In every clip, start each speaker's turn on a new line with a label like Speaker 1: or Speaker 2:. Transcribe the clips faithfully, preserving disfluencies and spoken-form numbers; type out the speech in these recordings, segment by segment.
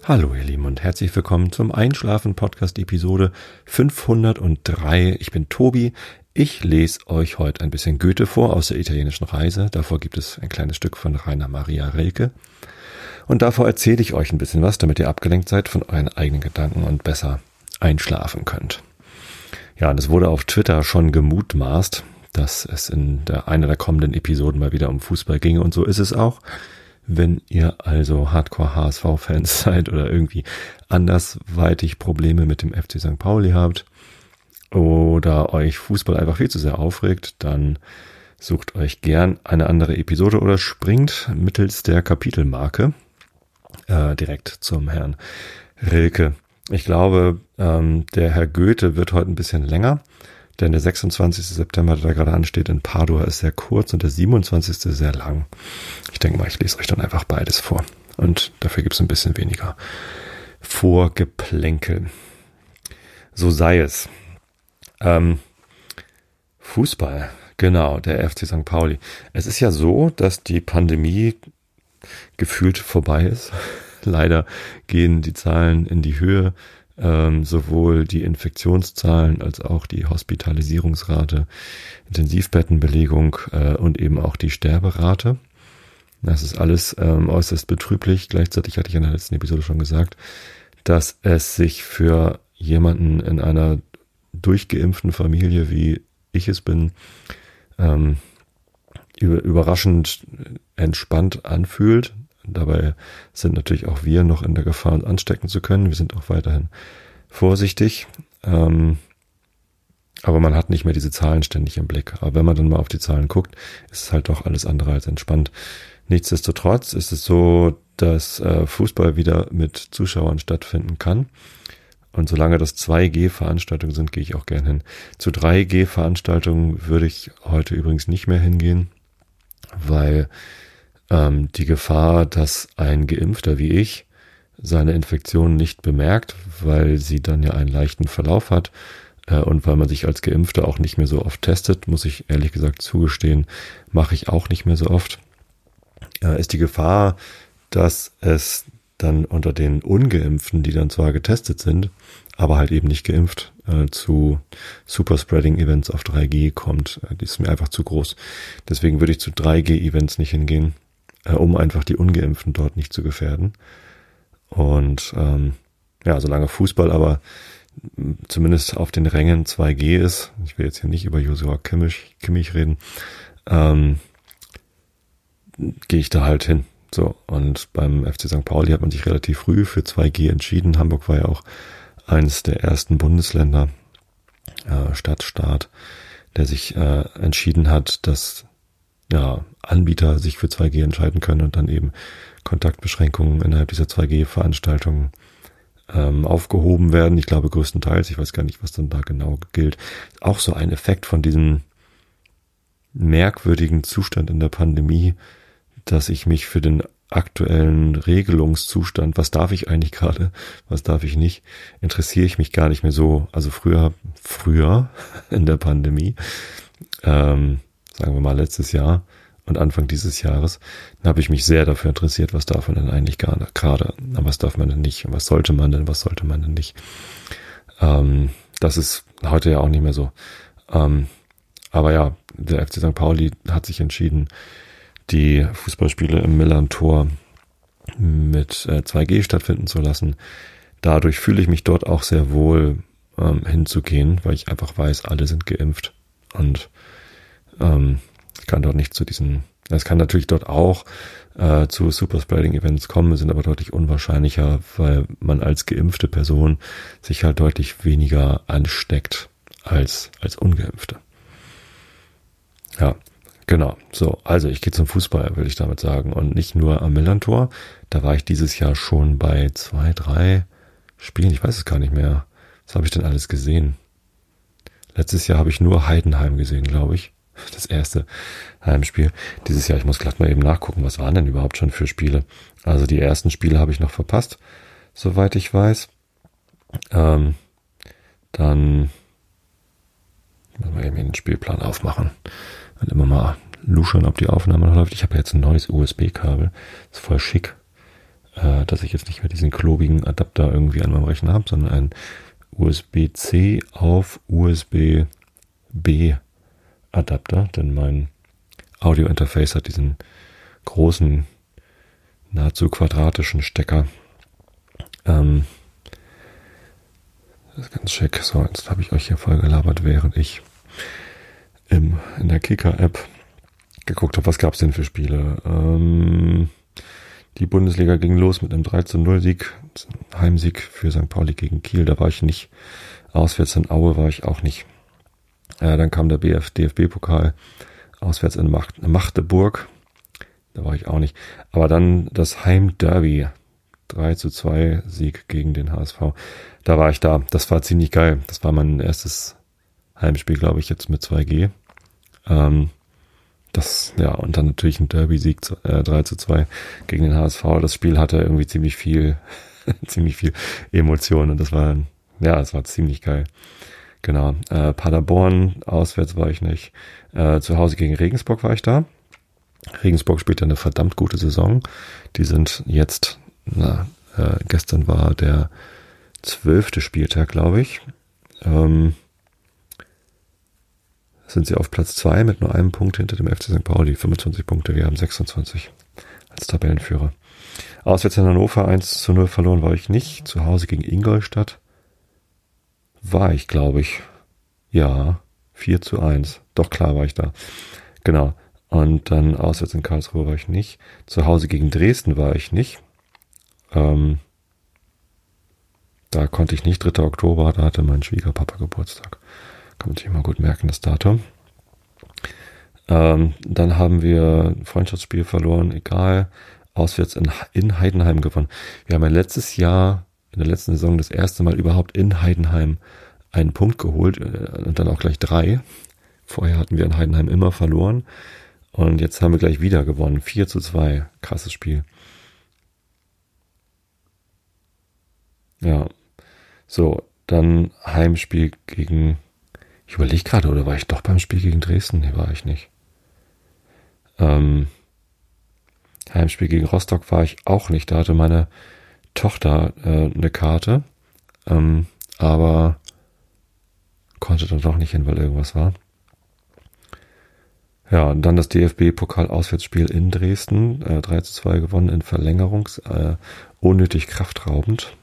Speaker 1: Hallo ihr Lieben und herzlich willkommen zum Einschlafen-Podcast Episode fünfhundertdrei. Ich bin Tobi. Ich lese euch heute ein bisschen Goethe vor aus der italienischen Reise. Davor gibt es ein kleines Stück von Rainer Maria Rilke. Und davor erzähle ich euch ein bisschen was, damit ihr abgelenkt seid von euren eigenen Gedanken und besser einschlafen könnt. Ja, und es wurde auf Twitter schon gemutmaßt, dass es in der einer der kommenden Episoden mal wieder um Fußball ginge, und so ist es auch. Wenn ihr also Hardcore-H S V-Fans seid oder irgendwie andersweitig Probleme mit dem F C Sankt Pauli habt oder euch Fußball einfach viel zu sehr aufregt, dann sucht euch gern eine andere Episode oder springt mittels der Kapitelmarke äh, direkt zum Herrn Rilke. Ich glaube, ähm, der Herr Goethe wird heute ein bisschen länger, denn der sechsundzwanzigste September, der da gerade ansteht, in Padua ist sehr kurz und der siebenundzwanzigste sehr lang. Ich denke mal, ich lese euch dann einfach beides vor. Und dafür gibt es ein bisschen weniger Vorgeplänkel. So sei es. Ähm, Fußball, genau, der F C Sankt Pauli. Es ist ja so, dass die Pandemie gefühlt vorbei ist. Leider gehen die Zahlen in die Höhe. Ähm, sowohl die Infektionszahlen als auch die Hospitalisierungsrate, Intensivbettenbelegung äh, und eben auch die Sterberate. Das ist alles ähm, äußerst betrüblich. Gleichzeitig hatte ich in der letzten Episode schon gesagt, dass es sich für jemanden in einer durchgeimpften Familie, wie ich es bin, ähm, überraschend entspannt anfühlt. Dabei sind natürlich auch wir noch in der Gefahr, uns anstecken zu können. Wir sind auch weiterhin vorsichtig. Ähm, aber man hat nicht mehr diese Zahlen ständig im Blick. Aber wenn man dann mal auf die Zahlen guckt, ist es halt doch alles andere als entspannt. Nichtsdestotrotz ist es so, dass äh, Fußball wieder mit Zuschauern stattfinden kann. Und solange das zwei G Veranstaltungen sind, gehe ich auch gern hin. Zu drei G Veranstaltungen würde ich heute übrigens nicht mehr hingehen, weil ähm, die Gefahr, dass ein Geimpfter wie ich seine Infektion nicht bemerkt, weil sie dann ja einen leichten Verlauf hat äh, und weil man sich als Geimpfter auch nicht mehr so oft testet, muss ich ehrlich gesagt zugestehen, mache ich auch nicht mehr so oft, äh, ist die Gefahr, dass es dann unter den Ungeimpften, die dann zwar getestet sind, aber halt eben nicht geimpft, äh, zu Superspreading-Events auf drei G kommt. Äh, die ist mir einfach zu groß. Deswegen würde ich zu drei G Events nicht hingehen, um einfach die Ungeimpften dort nicht zu gefährden. Und ähm, ja, solange Fußball aber zumindest auf den Rängen zwei G ist, ich will jetzt hier nicht über Joshua Kimmich, Kimmich reden, ähm, gehe ich da halt hin. So, und beim F C Sankt Pauli hat man sich relativ früh für zwei G entschieden. Hamburg war ja auch eines der ersten Bundesländer, äh, Stadtstaat, der sich äh, entschieden hat, dass ja, Anbieter sich für zwei G entscheiden können und dann eben Kontaktbeschränkungen innerhalb dieser zwei G Veranstaltungen ähm, aufgehoben werden. Ich glaube größtenteils, ich weiß gar nicht, was dann da genau gilt. Auch so ein Effekt von diesem merkwürdigen Zustand in der Pandemie, dass ich mich für den aktuellen Regelungszustand, was darf ich eigentlich gerade, was darf ich nicht, interessiere ich mich gar nicht mehr so. Also früher, früher in der Pandemie, ähm, sagen wir mal letztes Jahr und Anfang dieses Jahres, dann habe ich mich sehr dafür interessiert, was darf man denn eigentlich gerade, was darf man denn nicht, was sollte man denn, was sollte man denn nicht. Ähm, das ist heute ja auch nicht mehr so. Ähm, aber ja, der F C Sankt Pauli hat sich entschieden, die Fußballspiele im Millern-Tor mit äh, zwei G stattfinden zu lassen. Dadurch fühle ich mich dort auch sehr wohl ähm, hinzugehen, weil ich einfach weiß, alle sind geimpft und Ähm, ich kann dort nicht zu diesen, es kann natürlich dort auch äh, zu Superspreading-Events kommen, sind aber deutlich unwahrscheinlicher, weil man als geimpfte Person sich halt deutlich weniger ansteckt als als Ungeimpfte. Ja, genau. So, also ich gehe zum Fußball, will ich damit sagen, und nicht nur am Millern-Tor. Da war ich dieses Jahr schon bei zwei, drei Spielen, ich weiß es gar nicht mehr. Was habe ich denn alles gesehen? Letztes Jahr habe ich nur Heidenheim gesehen, glaube ich. Das erste Heimspiel. Dieses Jahr, ich muss glatt mal eben nachgucken, was waren denn überhaupt schon für Spiele. Also die ersten Spiele habe ich noch verpasst, soweit ich weiß. Ähm, dann müssen wir eben den Spielplan aufmachen und immer mal luschern, ob die Aufnahme noch läuft. Ich habe jetzt ein neues U S B-Kabel. Ist voll schick. äh, dass ich jetzt nicht mehr diesen klobigen Adapter irgendwie an meinem Rechner habe, sondern ein U S B-C auf U S B-B Adapter, denn mein Audio-Interface hat diesen großen, nahezu quadratischen Stecker. Ähm, das ist ganz schick. So, jetzt habe ich euch hier voll gelabert, während ich im, in der Kicker-App geguckt habe, was gab es denn für Spiele. Ähm, die Bundesliga ging los mit einem drei zu null Sieg, Heimsieg für Sankt Pauli gegen Kiel. Da war ich nicht. Auswärts in Aue war ich auch nicht. Äh, dann kam der B F D F B-Pokal auswärts in Macht, Magdeburg. Da war ich auch nicht. Aber dann das Heimderby. drei zu zwei Sieg gegen den H S V. Da war ich da. Das war ziemlich geil. Das war mein erstes Heimspiel, glaube ich, jetzt mit zwei G. Ähm, das, ja, und dann natürlich ein Derby-Sieg äh, drei zu zwei gegen den H S V. Das Spiel hatte irgendwie ziemlich viel, ziemlich viel Emotionen und das war, ja, das war ziemlich geil. Genau. Äh, Paderborn, auswärts war ich nicht. Äh, zu Hause gegen Regensburg war ich da. Regensburg spielt eine verdammt gute Saison. Die sind jetzt, na, äh, gestern war der zwölfte Spieltag, glaube ich. Ähm, sind sie auf Platz zwei mit nur einem Punkt hinter dem F C Sankt Pauli. fünfundzwanzig Punkte, wir haben sechsundzwanzig als Tabellenführer. Auswärts in Hannover eins zu null verloren war ich nicht. Zu Hause gegen Ingolstadt war ich, glaube ich. Ja, vier zu eins. Doch, klar war ich da. Genau. Und dann auswärts in Karlsruhe war ich nicht. Zu Hause gegen Dresden war ich nicht. Ähm, da konnte ich nicht. dritter Oktober, da hatte mein Schwiegerpapa Geburtstag. Kann man sich immer gut merken, das Datum. Ähm, dann haben wir ein Freundschaftsspiel verloren, egal. Auswärts in, in Heidenheim gewonnen. Wir haben ja letztes Jahr, in der letzten Saison, das erste Mal überhaupt in Heidenheim einen Punkt geholt äh, und dann auch gleich drei. Vorher hatten wir in Heidenheim immer verloren. Und jetzt haben wir gleich wieder gewonnen. vier zu zwei. Krasses Spiel. Ja. So, dann Heimspiel gegen... Ich überlege gerade, oder war ich doch beim Spiel gegen Dresden? Nee, war ich nicht. Ähm, Heimspiel gegen Rostock war ich auch nicht. Da hatte meine Tochter äh, eine Karte. Ähm, aber konnte dann doch nicht hin, weil irgendwas war. Ja, und dann das D F B-Pokal-Auswärtsspiel in Dresden. Äh, drei zu zwei gewonnen in Verlängerungs. Äh, unnötig kraftraubend.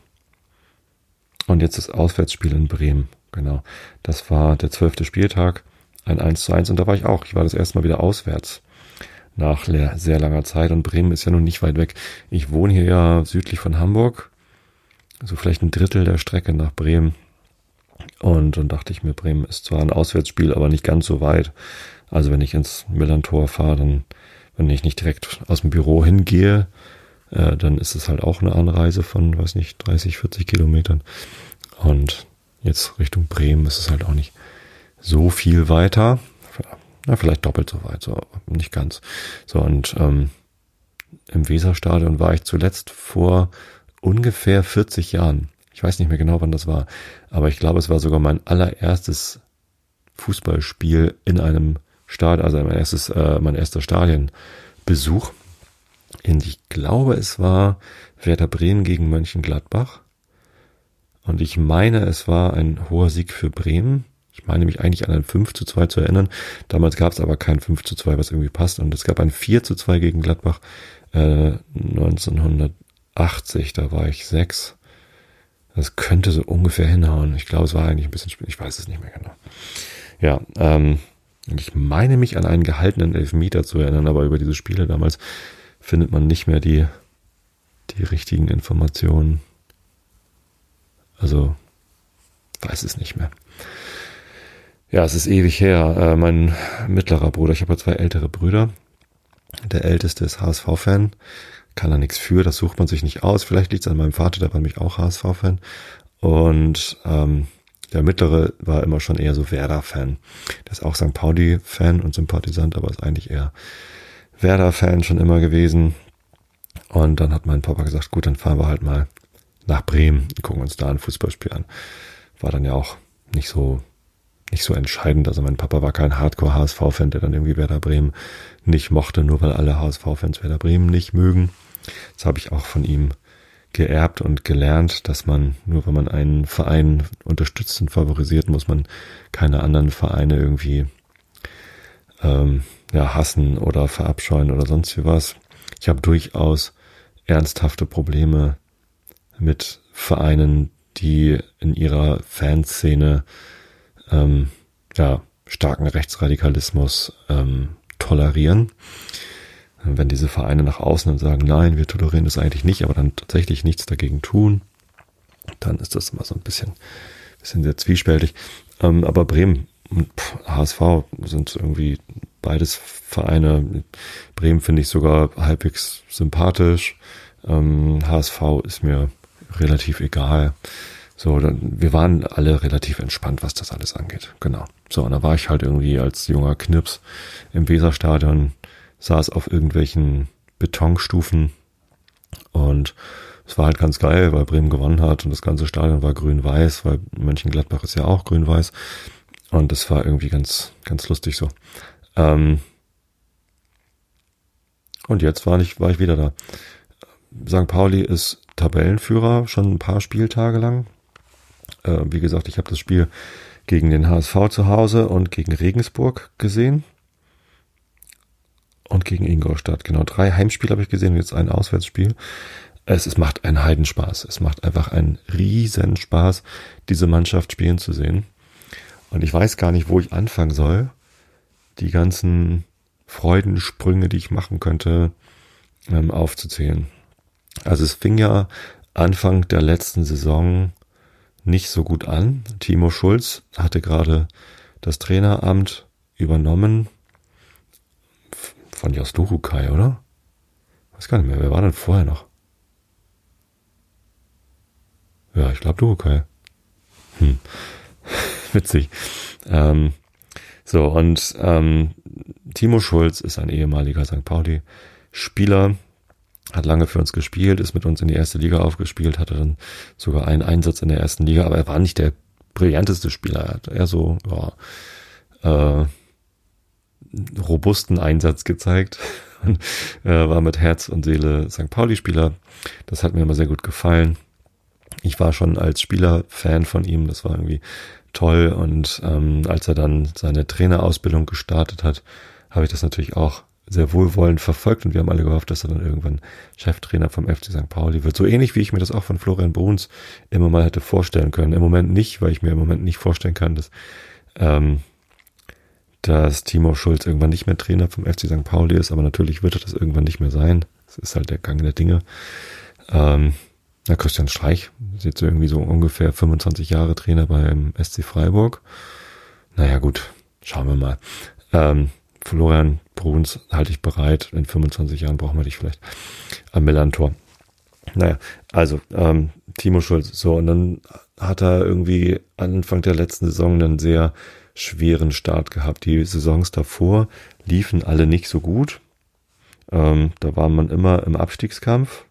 Speaker 1: Und jetzt das Auswärtsspiel in Bremen. Genau. Das war der zwölfte Spieltag. Ein eins zu eins. Und da war ich auch. Ich war das erste Mal wieder auswärts. Nach sehr langer Zeit. Und Bremen ist ja nun nicht weit weg. Ich wohne hier ja südlich von Hamburg. So vielleicht ein Drittel der Strecke nach Bremen. Und dann dachte ich mir, Bremen ist zwar ein Auswärtsspiel, aber nicht ganz so weit. Also wenn ich ins Millerntor fahre, dann, wenn ich nicht direkt aus dem Büro hingehe, äh, dann ist es halt auch eine Anreise von, weiß nicht, dreißig, vierzig Kilometern. Und jetzt Richtung Bremen ist es halt auch nicht so viel weiter. Na, vielleicht doppelt so weit, so nicht ganz. So, und ähm, im Weserstadion war ich zuletzt vor ungefähr vierzig Jahren. Ich weiß nicht mehr genau, wann das war, aber ich glaube, es war sogar mein allererstes Fußballspiel in einem Stadion, also mein erstes, äh, mein erster Stadionbesuch. Und ich glaube, es war Werder Bremen gegen Mönchengladbach. Und ich meine, es war ein hoher Sieg für Bremen. Ich meine mich eigentlich an ein fünf zu zwei zu erinnern. Damals gab es aber kein fünf zu zwei, was irgendwie passt. Und es gab ein vier zu zwei gegen Gladbach äh, neunzehnhundertachtzig. Da war ich sechs. Das könnte so ungefähr hinhauen. Ich glaube, es war eigentlich ein bisschen spät. Ich weiß es nicht mehr genau. Ja, ähm, und ich meine mich an einen gehaltenen Elfmeter zu erinnern, aber über diese Spiele damals findet man nicht mehr die, die richtigen Informationen. Also, weiß es nicht mehr. Ja, es ist ewig her. Äh, mein mittlerer Bruder, ich habe ja zwei ältere Brüder. Der älteste ist H S V-Fan. Kann da nichts für, das sucht man sich nicht aus. Vielleicht liegt es an meinem Vater, der war nämlich auch H S V-Fan. Und ähm, der mittlere war immer schon eher so Werder-Fan. Der ist auch Sankt Pauli-Fan und Sympathisant, aber ist eigentlich eher Werder-Fan schon immer gewesen. Und dann hat mein Papa gesagt, gut, dann fahren wir halt mal nach Bremen und gucken uns da ein Fußballspiel an. War dann ja auch nicht so nicht so entscheidend. Also mein Papa war kein Hardcore-H S V-Fan, der dann irgendwie Werder Bremen nicht mochte, nur weil alle H S V-Fans Werder Bremen nicht mögen. Das habe ich auch von ihm geerbt und gelernt, dass man, nur wenn man einen Verein unterstützt und favorisiert, muss man keine anderen Vereine irgendwie ähm, ja, hassen oder verabscheuen oder sonst wie was. Ich habe durchaus ernsthafte Probleme mit Vereinen, die in ihrer Fanszene ähm, ja, starken Rechtsradikalismus ähm, tolerieren. Wenn diese Vereine nach außen dann sagen, nein, wir tolerieren das eigentlich nicht, aber dann tatsächlich nichts dagegen tun, dann ist das immer so ein bisschen, bisschen sehr zwiespältig. Ähm, aber Bremen und H S V sind irgendwie beides Vereine. Bremen finde ich sogar halbwegs sympathisch. Ähm, H S V ist mir relativ egal. So, dann, wir waren alle relativ entspannt, was das alles angeht. Genau. So, und da war ich halt irgendwie als junger Knirps im Weserstadion, saß auf irgendwelchen Betonstufen und es war halt ganz geil, weil Bremen gewonnen hat und das ganze Stadion war grün-weiß, weil Mönchengladbach ist ja auch grün-weiß und das war irgendwie ganz, ganz lustig so. Ähm und jetzt war ich, war ich wieder da. Sankt Pauli ist Tabellenführer schon ein paar Spieltage lang. Äh, wie gesagt, ich habe das Spiel gegen den H S V zu Hause und gegen Regensburg gesehen. Und gegen Ingolstadt, genau. Drei Heimspiele habe ich gesehen und jetzt ein Auswärtsspiel. Es, es macht einen Heidenspaß. Es macht einfach einen riesen Spaß, diese Mannschaft spielen zu sehen. Und ich weiß gar nicht, wo ich anfangen soll, die ganzen Freudensprünge, die ich machen könnte, ähm, aufzuzählen. Also es fing ja Anfang der letzten Saison nicht so gut an. Timo Schulz hatte gerade das Traineramt übernommen von Jos Luhukai, oder? Weiß gar nicht mehr, wer war denn vorher noch? Ja, ich glaube Luhukai. Hm. Witzig. Ähm, so, und ähm, Timo Schulz ist ein ehemaliger Sankt Pauli-Spieler, hat lange für uns gespielt, ist mit uns in die erste Liga aufgespielt, hatte dann sogar einen Einsatz in der ersten Liga, aber er war nicht der brillanteste Spieler. Er hat eher so, ja, äh, robusten Einsatz gezeigt und äh, war mit Herz und Seele Sankt Pauli-Spieler. Das hat mir immer sehr gut gefallen. Ich war schon als Spieler Fan von ihm, das war irgendwie toll und ähm, als er dann seine Trainerausbildung gestartet hat, habe ich das natürlich auch sehr wohlwollend verfolgt und wir haben alle gehofft, dass er dann irgendwann Cheftrainer vom F C Sankt Pauli wird. So ähnlich wie ich mir das auch von Florian Bruns immer mal hätte vorstellen können. Im Moment nicht, weil ich mir im Moment nicht vorstellen kann, dass ähm, dass Timo Schulz irgendwann nicht mehr Trainer vom F C Sankt Pauli ist, aber natürlich wird er das irgendwann nicht mehr sein. Das ist halt der Gang der Dinge. Ähm, na, Christian Streich ist jetzt irgendwie so ungefähr fünfundzwanzig Jahre Trainer beim S C Freiburg. Naja gut, schauen wir mal. Ähm, Florian Bruns halte ich bereit. In fünfundzwanzig Jahren brauchen wir dich vielleicht am Millantor. Naja, also ähm, Timo Schulz. So, und dann hat er irgendwie Anfang der letzten Saison einen sehr schweren Start gehabt. Die Saisons davor liefen alle nicht so gut. Ähm, da war man immer im Abstiegskampf.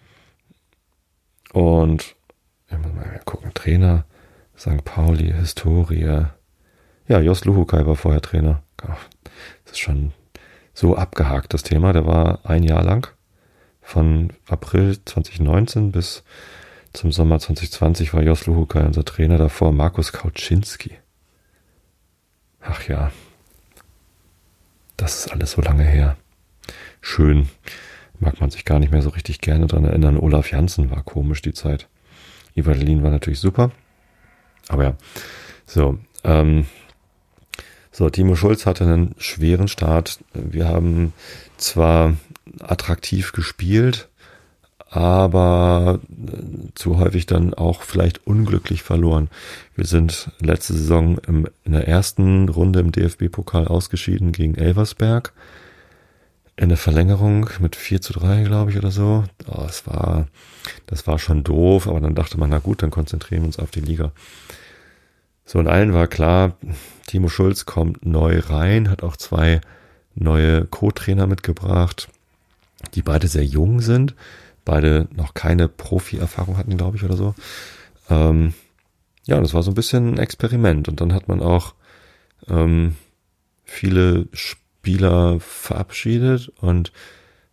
Speaker 1: Und ich muss mal gucken, Trainer, Sankt Pauli, Historie. Ja, Jos Luhukai war vorher Trainer. Das ist schon so abgehakt, das Thema. Der war ein Jahr lang, von April zwanzig neunzehn bis zum Sommer zwanzig zwanzig war Jos Luhukai unser Trainer. Davor Markus Kauczynski. Ach ja, das ist alles so lange her. Schön, mag man sich gar nicht mehr so richtig gerne dran erinnern. Olaf Janssen war komisch die Zeit. Ivalin war natürlich super. Aber ja, so, ähm, so, Timo Schulz hatte einen schweren Start. Wir haben zwar attraktiv gespielt, aber zu häufig dann auch vielleicht unglücklich verloren. Wir sind letzte Saison im, in der ersten Runde im D F B-Pokal ausgeschieden gegen Elversberg. In der Verlängerung mit vier zu drei, glaube ich, oder so. Oh, das war, das war schon doof, aber dann dachte man, na gut, dann konzentrieren wir uns auf die Liga. So, und allen war klar, Timo Schulz kommt neu rein, hat auch zwei neue Co-Trainer mitgebracht, die beide sehr jung sind, beide noch keine Profi-Erfahrung hatten, glaube ich, oder so. Ähm, ja, das war so ein bisschen ein Experiment. Und dann hat man auch ähm, viele Spieler verabschiedet und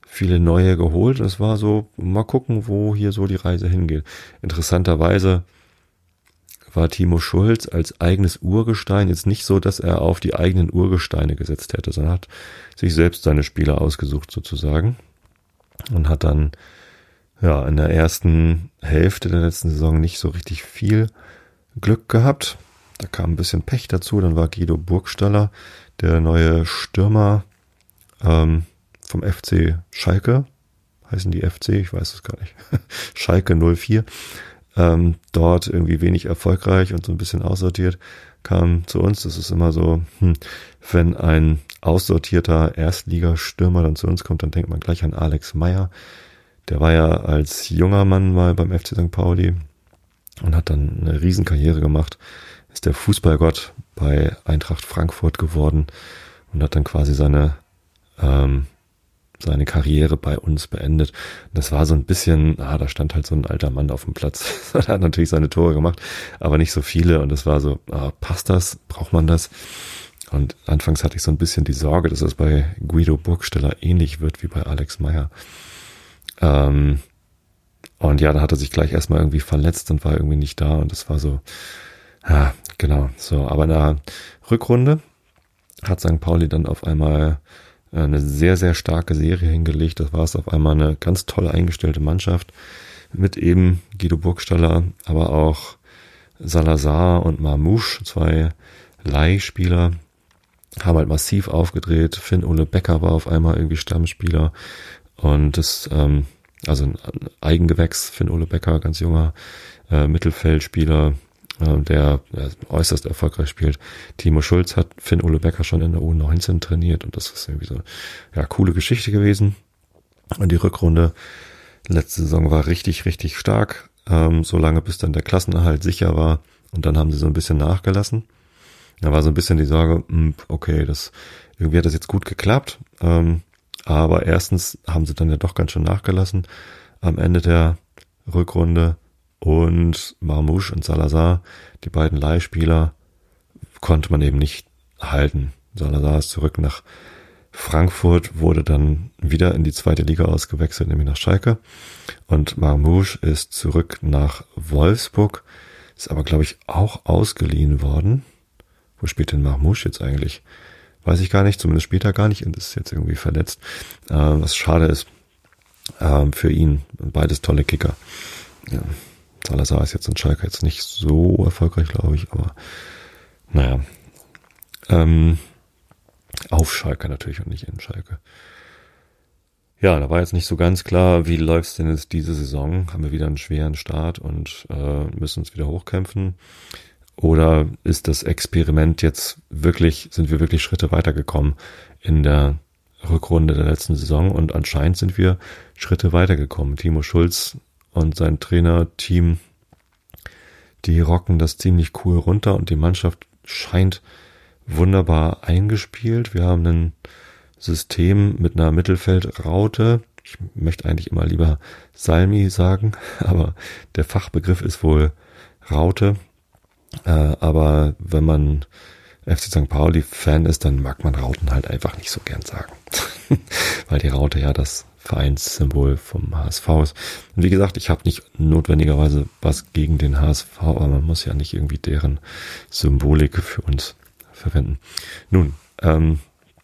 Speaker 1: viele neue geholt. Es war so, mal gucken, wo hier so die Reise hingeht. Interessanterweise war Timo Schulz als eigenes Urgestein jetzt nicht so, dass er auf die eigenen Urgesteine gesetzt hätte, sondern hat sich selbst seine Spieler ausgesucht sozusagen und hat dann ja in der ersten Hälfte der letzten Saison nicht so richtig viel Glück gehabt. Da kam ein bisschen Pech dazu. Dann war Guido Burgstaller, der neue Stürmer ähm, vom F C Schalke. Heißen die F C? Ich weiß es gar nicht. Schalke null vier. Ähm, dort irgendwie wenig erfolgreich und so ein bisschen aussortiert, kam zu uns. Das ist immer so, hm, wenn ein aussortierter Erstligastürmer dann zu uns kommt, dann denkt man gleich an Alex Meyer. Der war ja als junger Mann mal beim F C Sankt Pauli und hat dann eine Riesenkarriere gemacht, ist der Fußballgott bei Eintracht Frankfurt geworden und hat dann quasi seine ähm, seine Karriere bei uns beendet. Das war so ein bisschen, ah, da stand halt so ein alter Mann auf dem Platz. Er hat natürlich seine Tore gemacht, aber nicht so viele. Und es war so, ah, passt das? Braucht man das? Und anfangs hatte ich so ein bisschen die Sorge, dass es bei Guido Burgstaller ähnlich wird wie bei Alex Meyer. Ähm, und ja, da hat er sich gleich erstmal irgendwie verletzt und war irgendwie nicht da. Und das war so, ja, genau, so. Aber in der Rückrunde hat Sankt Pauli dann auf einmal eine sehr, sehr starke Serie hingelegt. Das war es auf einmal eine ganz toll eingestellte Mannschaft mit eben Guido Burgstaller, aber auch Salazar und Marmouche, zwei Leihspieler, haben halt massiv aufgedreht. Finn-Ole Becker war auf einmal irgendwie Stammspieler und das, ähm, also ein Eigengewächs, Finn-Ole Becker, ganz junger äh, Mittelfeldspieler, der ja, äußerst erfolgreich spielt. Timo Schulz hat Finn-Ole Becker schon in der U neunzehn trainiert und das ist irgendwie so, ja, coole Geschichte gewesen. Und die Rückrunde letzte Saison war richtig, richtig stark, ähm, solange bis dann der Klassenerhalt sicher war und dann haben sie so ein bisschen nachgelassen. Da war so ein bisschen die Sorge, okay, das irgendwie hat das jetzt gut geklappt, ähm, aber erstens haben sie dann ja doch ganz schön nachgelassen am Ende der Rückrunde. Und Marmouche und Salazar, die beiden Leihspieler, konnte man eben nicht halten. Salazar ist zurück nach Frankfurt, wurde dann wieder in die zweite Liga ausgewechselt, nämlich nach Schalke. Und Marmouche ist zurück nach Wolfsburg, ist aber, glaube ich, auch ausgeliehen worden. Wo spielt denn Marmouche jetzt eigentlich? Weiß ich gar nicht, zumindest spielt er gar nicht und ist jetzt irgendwie verletzt. Äh, was schade ist äh, für ihn. Beides tolle Kicker. Ja. Salazar ist jetzt in Schalke jetzt nicht so erfolgreich, glaube ich, aber naja. Ähm, auf Schalke natürlich und nicht in Schalke. Ja, da war jetzt nicht so ganz klar, wie läuft's denn jetzt diese Saison? Haben wir wieder einen schweren Start und äh, müssen uns wieder hochkämpfen? Oder ist das Experiment jetzt wirklich, sind wir wirklich Schritte weitergekommen in der Rückrunde der letzten Saison? Und anscheinend sind wir Schritte weitergekommen. Timo Schulz und sein Trainerteam, die rocken das ziemlich cool runter und die Mannschaft scheint wunderbar eingespielt. Wir haben ein System mit einer Mittelfeldraute. Ich möchte eigentlich immer lieber Salmi sagen, aber der Fachbegriff ist wohl Raute. Äh, aber wenn man F C Sankt Pauli Fan ist, dann mag man Rauten halt einfach nicht so gern sagen. Weil die Raute ja das Vereinssymbol vom H S V ist. Und wie gesagt, ich habe nicht notwendigerweise was gegen den H S V, aber man muss ja nicht irgendwie deren Symbolik für uns verwenden. Nun, ähm,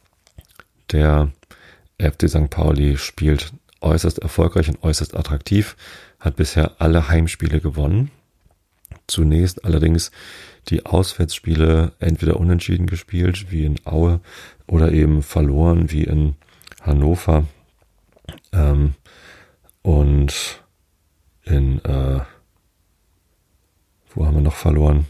Speaker 1: der F C Sankt Pauli spielt äußerst erfolgreich und äußerst attraktiv, hat bisher alle Heimspiele gewonnen. Zunächst allerdings die Auswärtsspiele entweder unentschieden gespielt, wie in Aue, oder eben verloren, wie in Hannover. Ähm, und in, äh, wo haben wir noch verloren?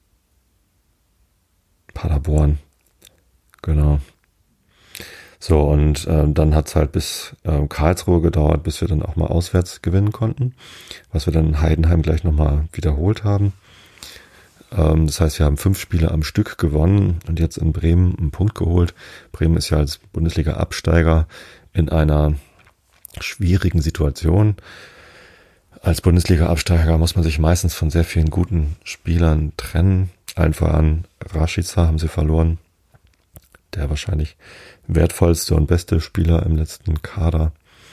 Speaker 1: Paderborn. Genau. So, und äh, dann hat's halt bis äh, Karlsruhe gedauert, bis wir dann auch mal auswärts gewinnen konnten, was wir dann in Heidenheim gleich nochmal wiederholt haben. Ähm, das heißt, wir haben fünf Spiele am Stück gewonnen und jetzt in Bremen einen Punkt geholt. Bremen ist ja als Bundesliga-Absteiger in einer schwierigen Situation. Als Bundesliga-Absteiger muss man sich meistens von sehr vielen guten Spielern trennen. Allen voran Rashica haben sie verloren. Der wahrscheinlich wertvollste und beste Spieler im letzten Kader.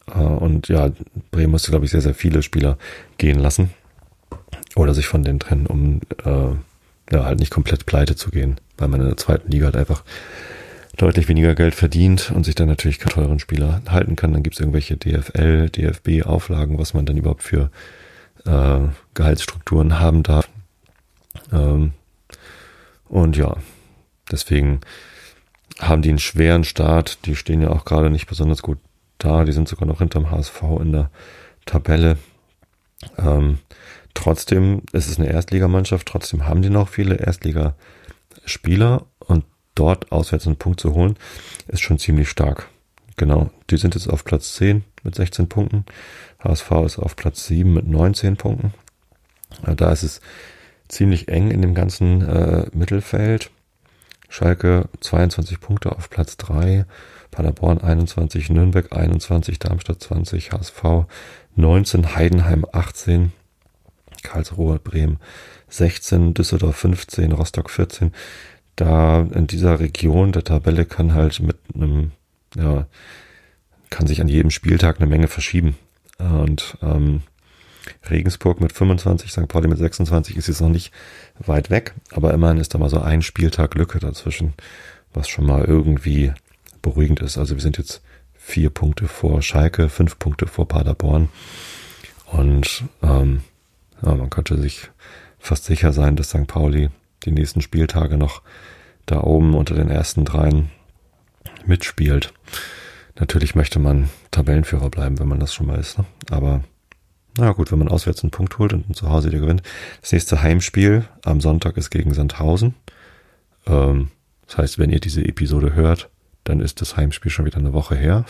Speaker 1: Äh, und ja, Bremen musste, glaube ich, sehr, sehr viele Spieler gehen lassen oder sich von denen trennen, um äh, ja halt nicht komplett pleite zu gehen, weil man in der zweiten Liga halt einfach deutlich weniger Geld verdient und sich dann natürlich keine teuren Spieler halten kann. Dann gibt es irgendwelche D F L, D F B-Auflagen, was man dann überhaupt für äh, Gehaltsstrukturen haben darf. Ähm, und ja, deswegen haben die einen schweren Start. Die stehen ja auch gerade nicht besonders gut da. Die sind sogar noch hinterm H S V in der Tabelle. Ähm, trotzdem ist es eine Erstligamannschaft. Trotzdem haben die noch viele Erstligaspieler. Und dort auswärts einen Punkt zu holen, ist schon ziemlich stark. Genau. Die sind jetzt auf Platz zehn mit sechzehn Punkten. H S V ist auf Platz sieben mit neunzehn Punkten. Da ist es ziemlich eng in dem ganzen äh, Mittelfeld. Schalke zweiundzwanzig Punkte auf Platz drei, Paderborn einundzwanzig, Nürnberg einundzwanzig, Darmstadt zwanzig, H S V neunzehn, Heidenheim achtzehn, Karlsruhe, Bremen sechzehn, Düsseldorf fünfzehn, Rostock vierzehn. Da in dieser Region der Tabelle kann halt mit einem, ja, kann sich an jedem Spieltag eine Menge verschieben. Und ähm, Regensburg mit fünfundzwanzig, Sankt Pauli mit sechsundzwanzig ist jetzt noch nicht weit weg, aber immerhin ist da mal so ein Spieltag Lücke dazwischen, was schon mal irgendwie beruhigend ist. Also wir sind jetzt vier Punkte vor Schalke, fünf Punkte vor Paderborn und ähm, ja, man könnte sich fast sicher sein, dass Sankt Pauli die nächsten Spieltage noch da oben unter den ersten dreien mitspielt. Natürlich möchte man Tabellenführer bleiben, wenn man das schon mal ist, ne? Aber na gut, wenn man auswärts einen Punkt holt und zu Hause wieder gewinnt. Das nächste Heimspiel am Sonntag ist gegen Sandhausen. Ähm, das heißt, wenn ihr diese Episode hört, dann ist das Heimspiel schon wieder eine Woche her.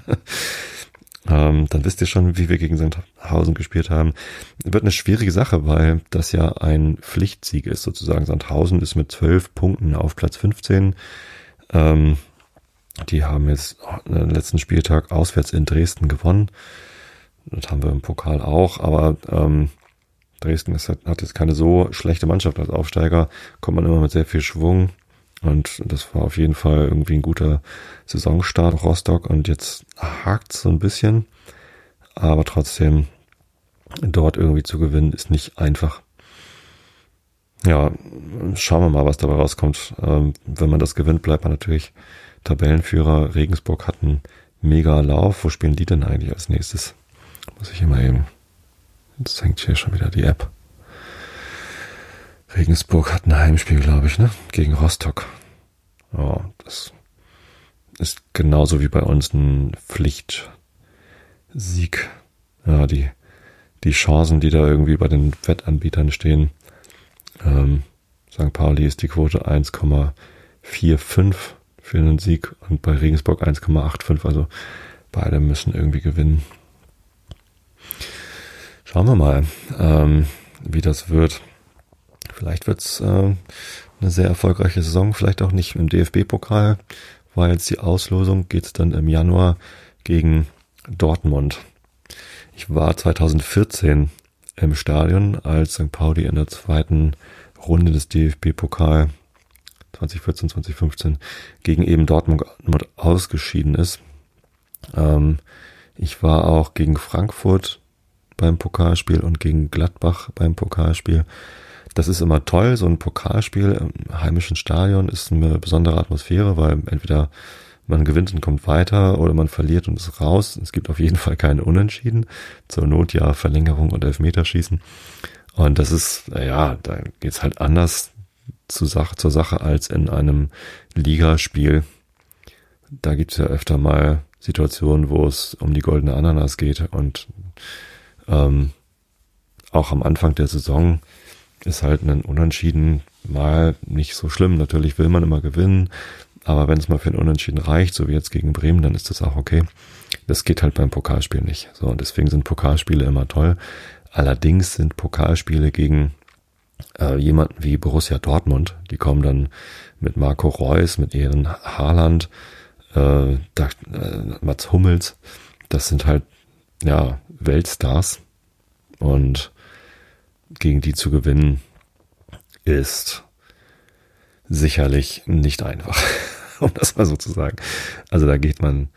Speaker 1: ähm, dann wisst ihr schon, wie wir gegen Sandhausen gespielt haben. Wird eine schwierige Sache, weil das ja ein Pflichtsieg ist sozusagen. Sandhausen ist mit zwölf Punkten auf Platz fünfzehn. Ähm, die haben jetzt den letzten Spieltag auswärts in Dresden gewonnen. Das haben wir im Pokal auch, aber ähm, Dresden ist, hat, hat jetzt keine so schlechte Mannschaft als Aufsteiger, kommt man immer mit sehr viel Schwung und das war auf jeden Fall irgendwie ein guter Saisonstart Rostock und jetzt hakt es so ein bisschen, aber trotzdem dort irgendwie zu gewinnen ist nicht einfach. Ja, schauen wir mal, was dabei rauskommt. Ähm, wenn man das gewinnt, bleibt man natürlich Tabellenführer. Regensburg hat einen mega Lauf. Wo spielen die denn eigentlich als nächstes? Muss ich immer eben. Jetzt hängt hier schon wieder die App. Regensburg hat ein Heimspiel, glaube ich, ne? Gegen Rostock. Oh, das ist genauso wie bei uns ein Pflichtsieg. Ja, die, die Chancen, die da irgendwie bei den Wettanbietern stehen. Ähm, Sankt Pauli ist die Quote eins Komma fünfundvierzig für einen Sieg und bei Regensburg eins Komma fünfundachtzig. Also beide müssen irgendwie gewinnen. Schauen wir mal, ähm, wie das wird. Vielleicht wird's äh, eine sehr erfolgreiche Saison, vielleicht auch nicht im D F B-Pokal, weil jetzt die Auslosung geht's dann im Januar gegen Dortmund. Ich war zweitausendvierzehn im Stadion, als Sankt Pauli in der zweiten Runde des D F B-Pokal zweitausendvierzehn, zweitausendfünfzehn gegen eben Dortmund ausgeschieden ist. Ähm, ich war auch gegen Frankfurt beim Pokalspiel und gegen Gladbach beim Pokalspiel. Das ist immer toll, so ein Pokalspiel im heimischen Stadion ist eine besondere Atmosphäre, weil entweder man gewinnt und kommt weiter oder man verliert und ist raus. Es gibt auf jeden Fall keine Unentschieden. Zur Not ja Verlängerung und Elfmeterschießen. Und das ist, naja, da geht's halt anders zur Sache, zur Sache als in einem Ligaspiel. Da gibt's ja öfter mal Situationen, wo es um die goldene Ananas geht und ähm, auch am Anfang der Saison ist halt ein Unentschieden mal nicht so schlimm. Natürlich will man immer gewinnen, aber wenn es mal für ein Unentschieden reicht, so wie jetzt gegen Bremen, dann ist das auch okay. Das geht halt beim Pokalspiel nicht. So, und deswegen sind Pokalspiele immer toll. Allerdings sind Pokalspiele gegen äh, jemanden wie Borussia Dortmund, die kommen dann mit Marco Reus, mit Eren Haaland, äh, da, äh, Mats Hummels, das sind halt ja Weltstars und gegen die zu gewinnen ist sicherlich nicht einfach, um das mal so zu sagen. Also da geht man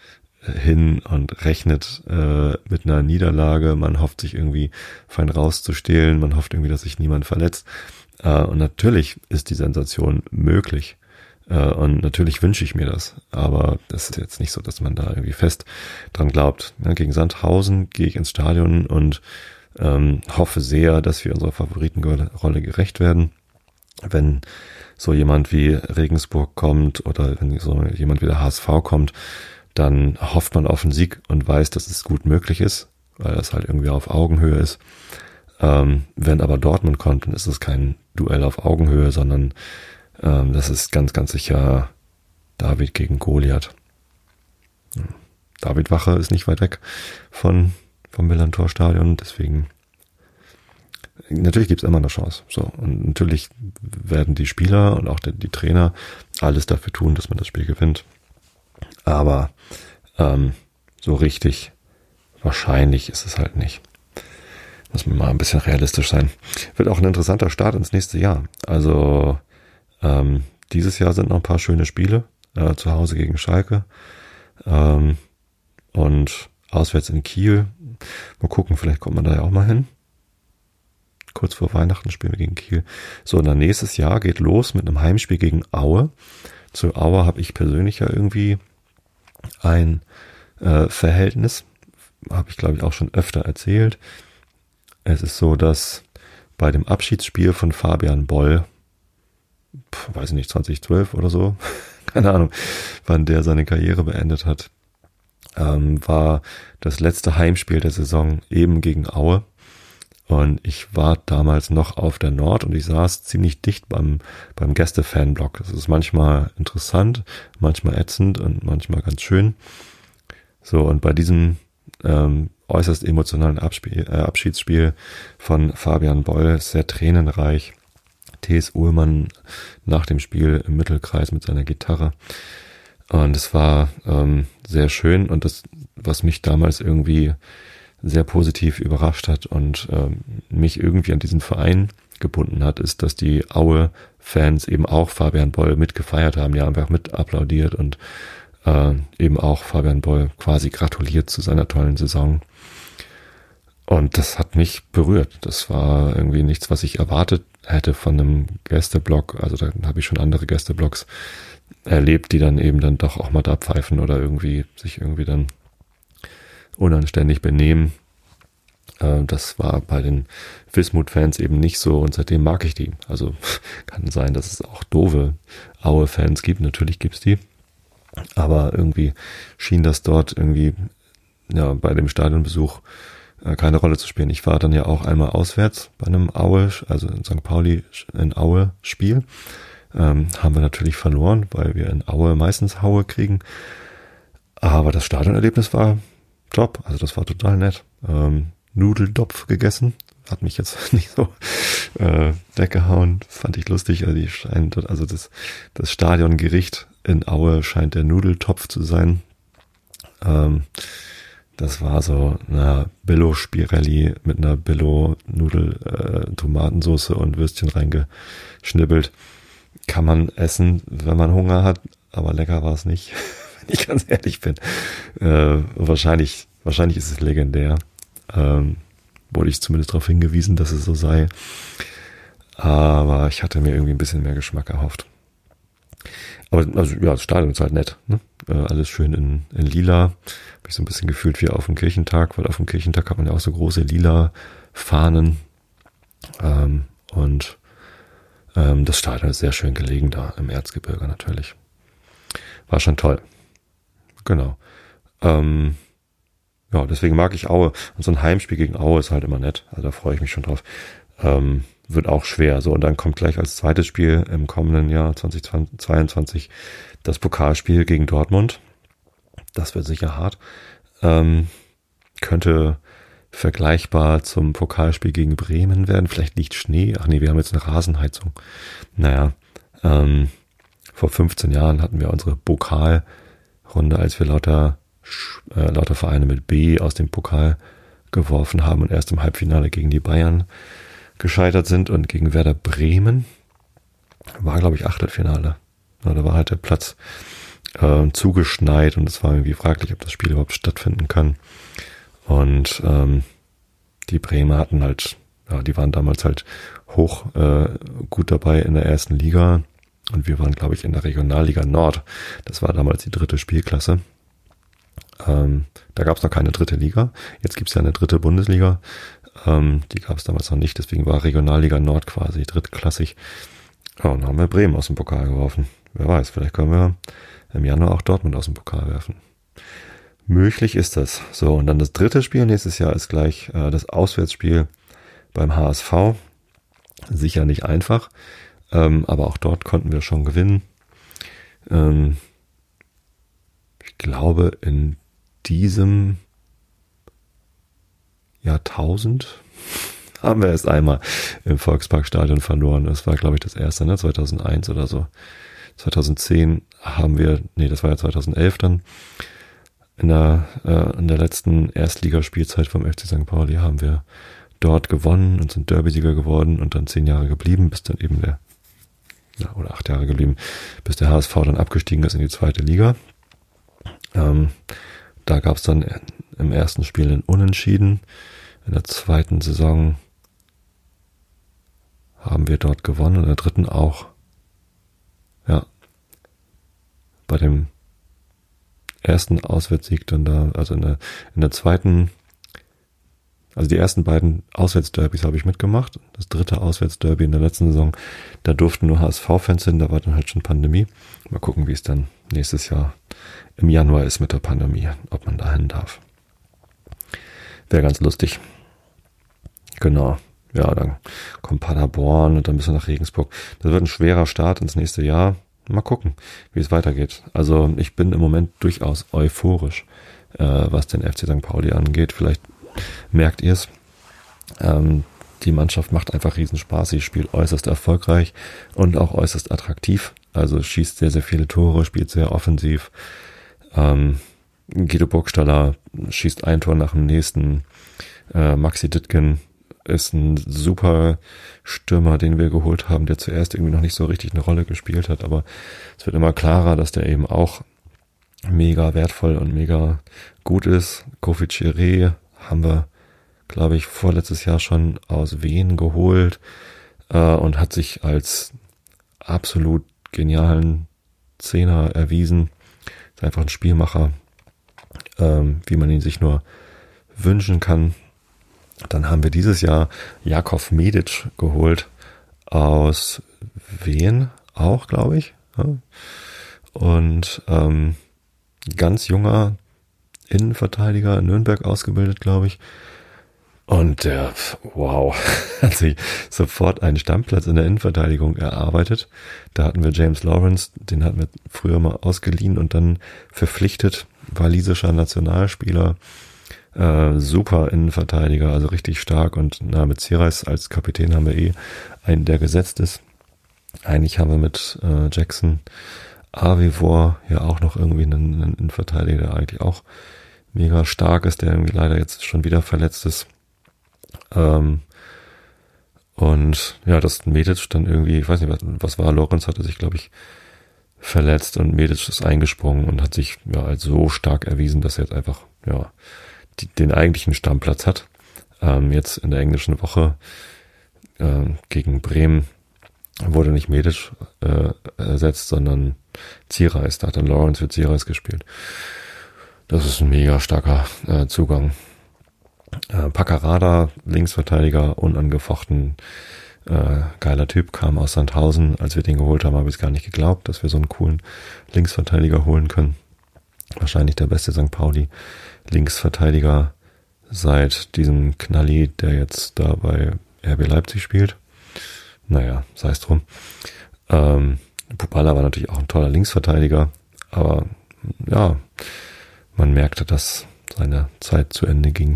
Speaker 1: hin und rechnet äh, mit einer Niederlage. Man hofft, sich irgendwie fein rauszustehlen. Man hofft irgendwie, dass sich niemand verletzt. Äh, und natürlich ist die Sensation möglich. Äh, und natürlich wünsche ich mir das. Aber das ist jetzt nicht so, dass man da irgendwie fest dran glaubt. Ja, gegen Sandhausen gehe ich ins Stadion und ähm, hoffe sehr, dass wir unserer Favoritenrolle gerecht werden. Wenn so jemand wie Regensburg kommt oder wenn so jemand wie der H S V kommt, dann hofft man auf einen Sieg und weiß, dass es gut möglich ist, weil das halt irgendwie auf Augenhöhe ist. Ähm, wenn aber Dortmund kommt, dann ist es kein Duell auf Augenhöhe, sondern ähm, das ist ganz, ganz sicher David gegen Goliath. David Wache ist nicht weit weg von vom Millantor-Stadion, deswegen natürlich gibt es immer eine Chance. So, und natürlich werden die Spieler und auch die, die Trainer alles dafür tun, dass man das Spiel gewinnt. Aber ähm, so richtig wahrscheinlich ist es halt nicht. Muss man mal ein bisschen realistisch sein. Wird auch ein interessanter Start ins nächste Jahr. Also ähm, dieses Jahr sind noch ein paar schöne Spiele. Äh, zu Hause gegen Schalke. Ähm, und auswärts in Kiel. Mal gucken, vielleicht kommt man da ja auch mal hin. Kurz vor Weihnachten spielen wir gegen Kiel. So, und dann nächstes Jahr geht los mit einem Heimspiel gegen Aue. Zu Aue habe ich persönlich ja irgendwie ein äh, Verhältnis. Habe ich, glaube ich, auch schon öfter erzählt. Es ist so, dass bei dem Abschiedsspiel von Fabian Boll, pf, weiß ich nicht, zwanzig zwölf oder so, keine Ahnung, wann der seine Karriere beendet hat, ähm, war das letzte Heimspiel der Saison eben gegen Aue. Und ich war damals noch auf der Nord und ich saß ziemlich dicht beim, beim Gäste-Fanblock. Das ist manchmal interessant, manchmal ätzend und manchmal ganz schön. So, und bei diesem ähm, äußerst emotionalen Abspiel, äh, Abschiedsspiel von Fabian Boll, sehr tränenreich, T S. Uhlmann nach dem Spiel im Mittelkreis mit seiner Gitarre. Und es war ähm, sehr schön und das, was mich damals irgendwie sehr positiv überrascht hat und ähm, mich irgendwie an diesen Verein gebunden hat, ist, dass die Aue-Fans eben auch Fabian Boll mitgefeiert haben, ja, einfach mit applaudiert und äh, eben auch Fabian Boll quasi gratuliert zu seiner tollen Saison. Und das hat mich berührt. Das war irgendwie nichts, was ich erwartet hätte von einem Gästeblock. Also da habe ich schon andere Gästeblocks erlebt, die dann eben dann doch auch mal da pfeifen oder irgendwie sich irgendwie dann unanständig benehmen. Äh, das war bei den Wismut-Fans eben nicht so und seitdem mag ich die. Also kann sein, dass es auch doofe Aue-Fans gibt. Natürlich gibt's die. Aber irgendwie schien das dort irgendwie ja bei dem Stadionbesuch äh, keine Rolle zu spielen. Ich war dann ja auch einmal auswärts bei einem Aue, also in Sankt Pauli in Aue Spiel. Ähm, haben wir natürlich verloren, weil wir in Aue meistens Haue kriegen. Aber das Stadionerlebnis war top, also das war total nett. Ähm, Nudeldopf gegessen, hat mich jetzt nicht so äh, weggehauen, fand ich lustig. Also, die scheint, also das, das Stadiongericht in Aue scheint der Nudeltopf zu sein. Ähm, das war so eine Billo-Spirelli mit einer Billo-Nudel-Tomatensauce äh, und Würstchen reingeschnibbelt. Kann man essen, wenn man Hunger hat, aber lecker war es nicht, wenn ich ganz ehrlich bin. Äh, wahrscheinlich, wahrscheinlich ist es legendär. Ähm, wurde ich zumindest darauf hingewiesen, dass es so sei. Aber ich hatte mir irgendwie ein bisschen mehr Geschmack erhofft. Aber also ja, das Stadion ist halt nett. Ne? Äh, alles schön in, in lila. Habe ich so ein bisschen gefühlt wie auf dem Kirchentag, weil auf dem Kirchentag hat man ja auch so große lila Fahnen. Ähm, und ähm, das Stadion ist sehr schön gelegen da im Erzgebirge natürlich. War schon toll. Genau. Ähm, ja, deswegen mag ich Aue. Und so ein Heimspiel gegen Aue ist halt immer nett. Also da freue ich mich schon drauf. Ähm, wird auch schwer. So, und dann kommt gleich als zweites Spiel im kommenden Jahr zwanzig zweiundzwanzig das Pokalspiel gegen Dortmund. Das wird sicher hart. Ähm, könnte vergleichbar zum Pokalspiel gegen Bremen werden. Vielleicht liegt Schnee. Ach nee, wir haben jetzt eine Rasenheizung. Naja, ähm, vor fünfzehn Jahren hatten wir unsere Pokalrunde, als wir lauter, äh, lauter Vereine mit B aus dem Pokal geworfen haben und erst im Halbfinale gegen die Bayern gescheitert sind und gegen Werder Bremen war, glaube ich, Achtelfinale. Ja, da war halt der Platz äh, zugeschneit und es war irgendwie fraglich, ob das Spiel überhaupt stattfinden kann. Und ähm, die Bremer hatten halt, ja, die waren damals halt hoch äh, gut dabei in der ersten Liga und wir waren, glaube ich, in der Regionalliga Nord. Das war damals die dritte Spielklasse. Ähm, da gab es noch keine dritte Liga. Jetzt gibt es ja eine dritte Bundesliga. Ähm, die gab es damals noch nicht, deswegen war Regionalliga Nord quasi drittklassig. Ja, und dann haben wir Bremen aus dem Pokal geworfen. Wer weiß, vielleicht können wir im Januar auch Dortmund aus dem Pokal werfen. Möglich ist das. So, und dann das dritte Spiel nächstes Jahr ist gleich äh, das Auswärtsspiel beim H S V. Sicher nicht einfach, ähm, aber auch dort konnten wir schon gewinnen. Ähm, ich glaube, in diesem Jahrtausend haben wir erst einmal im Volksparkstadion verloren. Das war, glaube ich, das erste, ne? zweitausendeins oder so. zweitausendzehn haben wir, nee, das war ja zweitausendelf dann. In der, äh, in der letzten Erstligaspielzeit vom F C Sankt Pauli haben wir dort gewonnen und sind Derby-Sieger geworden und dann zehn Jahre geblieben, bis dann eben der, ja, oder acht Jahre geblieben, bis der H S V dann abgestiegen ist in die zweite Liga. Ähm, da gab es dann im ersten Spiel einen Unentschieden. In der zweiten Saison haben wir dort gewonnen, in der dritten auch. Ja. Bei dem ersten Auswärtssieg dann da, also in der, in der zweiten, also die ersten beiden Auswärtsderbys habe ich mitgemacht. Das dritte Auswärtsderby in der letzten Saison, da durften nur H S V-Fans hin, da war dann halt schon Pandemie. Mal gucken, wie es dann nächstes Jahr im Januar ist mit der Pandemie, ob man da hin darf. Wäre ganz lustig. Genau. Ja, dann kommt Paderborn und dann bis nach Regensburg. Das wird ein schwerer Start ins nächste Jahr. Mal gucken, wie es weitergeht. Also ich bin im Moment durchaus euphorisch, äh, was den F C Sankt Pauli angeht. Vielleicht merkt ihr es. Ähm, die Mannschaft macht einfach riesen Spaß. Sie spielt äußerst erfolgreich und auch äußerst attraktiv. Also schießt sehr, sehr viele Tore, spielt sehr offensiv. Ähm, Guido Burgstaller schießt ein Tor nach dem nächsten. Äh, Maxi Dittgen ist ein super Stürmer, den wir geholt haben, der zuerst irgendwie noch nicht so richtig eine Rolle gespielt hat, aber es wird immer klarer, dass der eben auch mega wertvoll und mega gut ist. Kofi Chiré haben wir, glaube ich, vorletztes Jahr schon aus Wien geholt äh, und hat sich als absolut genialen Zehner erwiesen. Ist einfach ein Spielmacher, ähm, wie man ihn sich nur wünschen kann. Dann haben wir dieses Jahr Jakov Medic geholt aus Wien auch, glaube ich. Ja. Und ähm, ganz junger Innenverteidiger in Nürnberg ausgebildet, glaube ich. Und der, wow, hat sich sofort einen Stammplatz in der Innenverteidigung erarbeitet. Da hatten wir James Lawrence, den hatten wir früher mal ausgeliehen und dann verpflichtet, walisischer Nationalspieler. Äh, super Innenverteidiger, also richtig stark und na, mit Sirais als Kapitän haben wir eh einen, der gesetzt ist. Eigentlich haben wir mit äh, Jackson Avivor ja auch noch irgendwie einen, einen Innenverteidiger, der eigentlich auch mega stark ist, der irgendwie leider jetzt schon wieder verletzt ist. Ähm, und ja, das Medic dann irgendwie, ich weiß nicht, was, was war, Lorenz hatte sich, glaube ich, verletzt und Medic ist eingesprungen und hat sich ja als so stark erwiesen, dass er jetzt einfach, ja, die, den eigentlichen Stammplatz hat. Ähm, jetzt in der englischen Woche äh, gegen Bremen wurde nicht Medic äh, ersetzt, sondern Ziereis. Da hat dann Lawrence für Ziereis gespielt. Das ist ein mega starker äh, Zugang. Äh, Paccarada, Linksverteidiger, unangefochten, äh, geiler Typ, kam aus Sandhausen. Als wir den geholt haben, habe ich es gar nicht geglaubt, dass wir so einen coolen Linksverteidiger holen können. Wahrscheinlich der beste Sankt Pauli Linksverteidiger seit diesem Knalli, der jetzt da bei R B Leipzig spielt. Naja, sei es drum. Ähm, Bubala war natürlich auch ein toller Linksverteidiger, aber ja, man merkte, dass seine Zeit zu Ende ging.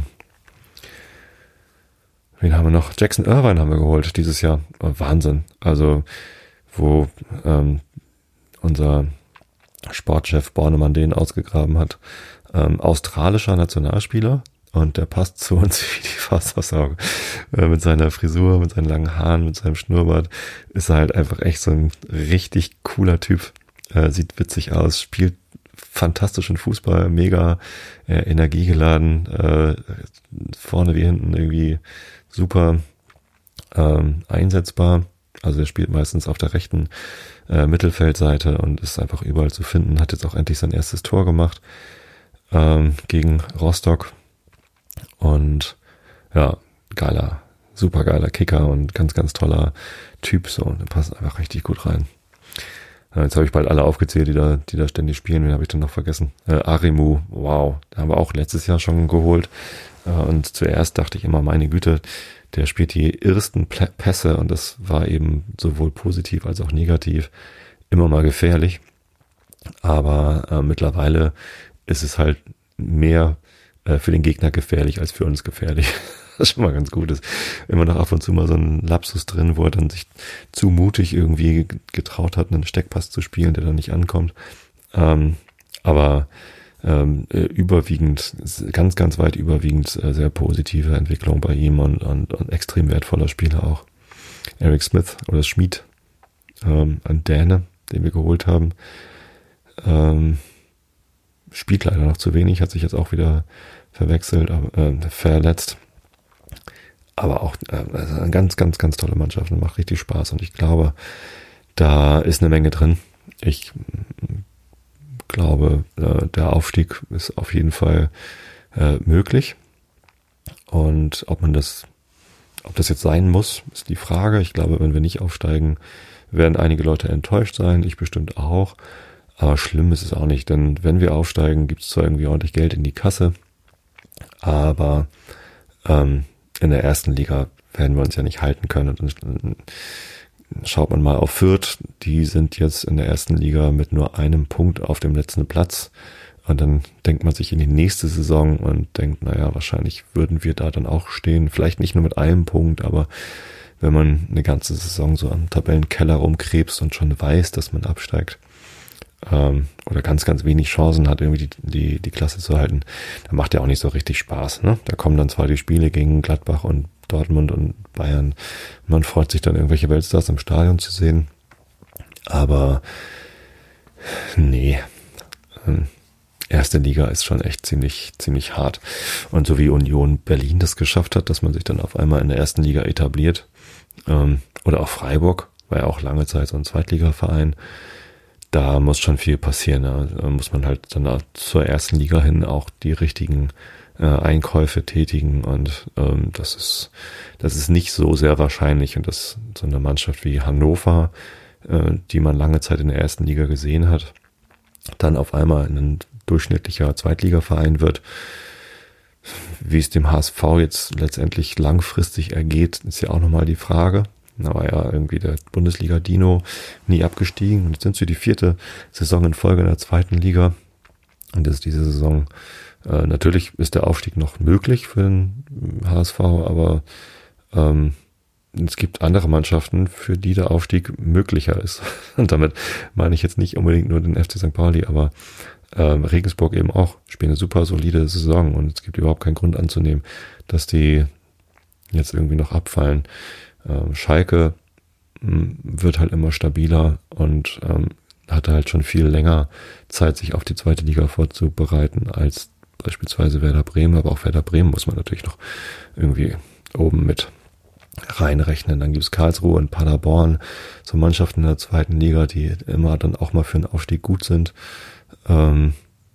Speaker 1: Wen haben wir noch? Jackson Irvine haben wir geholt dieses Jahr. Oh, Wahnsinn. Also, wo ähm, unser Sportchef Bornemann den ausgegraben hat. Ähm, australischer Nationalspieler und der passt zu uns wie die Faust aufs Auge. Äh, mit seiner Frisur, mit seinen langen Haaren, mit seinem Schnurrbart ist er halt einfach echt so ein richtig cooler Typ. Äh, sieht witzig aus, spielt fantastischen Fußball, mega äh, energiegeladen, äh, vorne wie hinten irgendwie super ähm, einsetzbar. Also er spielt meistens auf der rechten äh, Mittelfeldseite und ist einfach überall zu finden. Hat jetzt auch endlich sein erstes Tor gemacht ähm, gegen Rostock. Und ja, geiler, super geiler Kicker und ganz, ganz toller Typ. So, und der passt einfach richtig gut rein. Ja, jetzt habe ich bald alle aufgezählt, die da, die da ständig spielen. Wen habe ich denn noch vergessen? Äh, Arimu, wow, da haben wir auch letztes Jahr schon geholt. Äh, und zuerst dachte ich immer, meine Güte, der spielt die irrsten Pässe und das war eben sowohl positiv als auch negativ immer mal gefährlich. Aber äh, mittlerweile ist es halt mehr äh, für den Gegner gefährlich als für uns gefährlich. Was schon mal ganz gut ist. Immer noch ab und zu mal so ein Lapsus drin, wo er dann sich zu mutig irgendwie getraut hat, einen Steckpass zu spielen, der dann nicht ankommt. Ähm, aber ähm, überwiegend, ganz, ganz weit überwiegend äh, sehr positive Entwicklung bei ihm und, und, und extrem wertvoller Spieler auch. Eric Smith oder Schmid, ähm, ein Däne, den wir geholt haben, ähm, spielt leider noch zu wenig, hat sich jetzt auch wieder verwechselt, äh, verletzt. Aber auch äh, also eine ganz, ganz, ganz tolle Mannschaft und macht richtig Spaß. Und ich glaube, da ist eine Menge drin. Ich glaube, äh, der Aufstieg ist auf jeden Fall äh, möglich. Und ob man das, ob das jetzt sein muss, ist die Frage. Ich glaube, wenn wir nicht aufsteigen, werden einige Leute enttäuscht sein. Ich bestimmt auch. Aber schlimm ist es auch nicht, denn wenn wir aufsteigen, gibt es zwar irgendwie ordentlich Geld in die Kasse, aber ähm, in der ersten Liga werden wir uns ja nicht halten können. Und dann schaut man mal auf Fürth, die sind jetzt in der ersten Liga mit nur einem Punkt auf dem letzten Platz. Und dann denkt man sich in die nächste Saison und denkt, naja, wahrscheinlich würden wir da dann auch stehen. Vielleicht nicht nur mit einem Punkt, aber wenn man eine ganze Saison so am Tabellenkeller rumkrebst und schon weiß, dass man absteigt, ähm, oder ganz, ganz wenig Chancen hat, irgendwie die, die, die Klasse zu halten, dann macht ja auch nicht so richtig Spaß, ne? Da kommen dann zwar die Spiele gegen Gladbach und Dortmund und Bayern. Man freut sich dann, irgendwelche Weltstars im Stadion zu sehen. Aber nee, ähm, erste Liga ist schon echt ziemlich, ziemlich hart. Und so wie Union Berlin das geschafft hat, dass man sich dann auf einmal in der ersten Liga etabliert, ähm, oder auch Freiburg, war ja auch lange Zeit so ein Zweitligaverein, da muss schon viel passieren. Ne? Da muss man halt dann zur ersten Liga hin auch die richtigen äh, Einkäufe tätigen und ähm, das ist das ist nicht so sehr wahrscheinlich. Und dass so eine Mannschaft wie Hannover, äh, die man lange Zeit in der ersten Liga gesehen hat, dann auf einmal ein durchschnittlicher Zweitligaverein wird. Wie es dem H S V jetzt letztendlich langfristig ergeht, ist ja auch nochmal die Frage. Da war ja irgendwie der Bundesliga-Dino nie abgestiegen. Und jetzt sind sie die vierte Saison in Folge in der zweiten Liga. Und das ist diese Saison, äh, natürlich ist der Aufstieg noch möglich für den H S V, aber ähm, es gibt andere Mannschaften, für die der Aufstieg möglicher ist. Und damit meine ich jetzt nicht unbedingt nur den F C Sankt Pauli, aber äh, Regensburg eben auch, spielen eine super solide Saison und es gibt überhaupt keinen Grund anzunehmen, dass die jetzt irgendwie noch abfallen. Ähm, Schalke mh, wird halt immer stabiler und ähm, hatte halt schon viel länger Zeit, sich auf die zweite Liga vorzubereiten als beispielsweise Werder Bremen, aber auch Werder Bremen muss man natürlich noch irgendwie oben mit reinrechnen. Dann gibt es Karlsruhe und Paderborn, so Mannschaften in der zweiten Liga, die immer dann auch mal für einen Aufstieg gut sind. Ähm,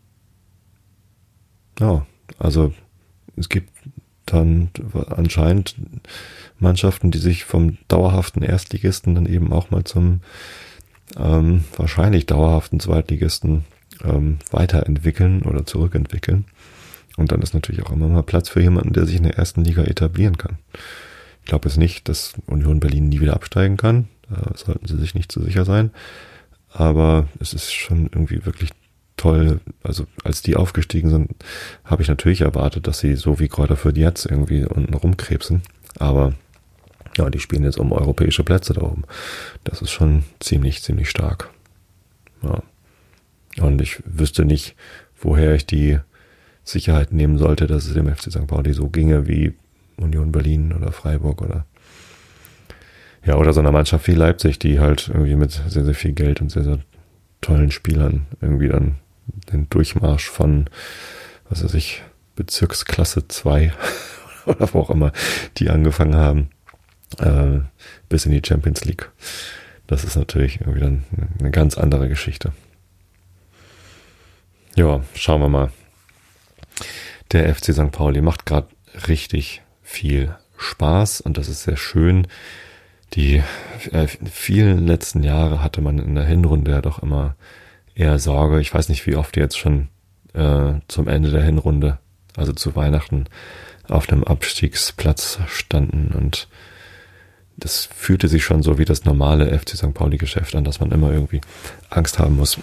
Speaker 1: ja, also es gibt dann anscheinend Mannschaften, die sich vom dauerhaften Erstligisten dann eben auch mal zum ähm, wahrscheinlich dauerhaften Zweitligisten ähm, weiterentwickeln oder zurückentwickeln. Und dann ist natürlich auch immer mal Platz für jemanden, der sich in der ersten Liga etablieren kann. Ich glaube jetzt nicht, dass Union Berlin nie wieder absteigen kann. Da sollten sie sich nicht zu sicher sein. Aber es ist schon irgendwie wirklich toll. Also als die aufgestiegen sind, habe ich natürlich erwartet, dass sie so wie Kräuter Fürth jetzt irgendwie unten rumkrebsen. Aber ja, die spielen jetzt um europäische Plätze da oben. Das ist schon ziemlich, ziemlich stark. Ja. Und ich wüsste nicht, woher ich die Sicherheit nehmen sollte, dass es dem F C Sankt Pauli so ginge wie Union Berlin oder Freiburg oder ja, oder so einer Mannschaft wie Leipzig, die halt irgendwie mit sehr, sehr viel Geld und sehr, sehr tollen Spielern irgendwie dann den Durchmarsch von, was weiß ich, Bezirksklasse zwei oder wo auch immer die angefangen haben, äh, bis in die Champions League. Das ist natürlich wieder eine ganz andere Geschichte. Ja, schauen wir mal. Der F C Sankt Pauli macht gerade richtig viel Spaß und das ist sehr schön. Die äh, vielen letzten Jahre hatte man in der Hinrunde ja doch immer eher Sorge. Ich weiß nicht, wie oft die jetzt schon äh, zum Ende der Hinrunde, also zu Weihnachten, auf einem Abstiegsplatz standen und das fühlte sich schon so wie das normale F C Sankt Pauli-Geschäft an, dass man immer irgendwie Angst haben muss,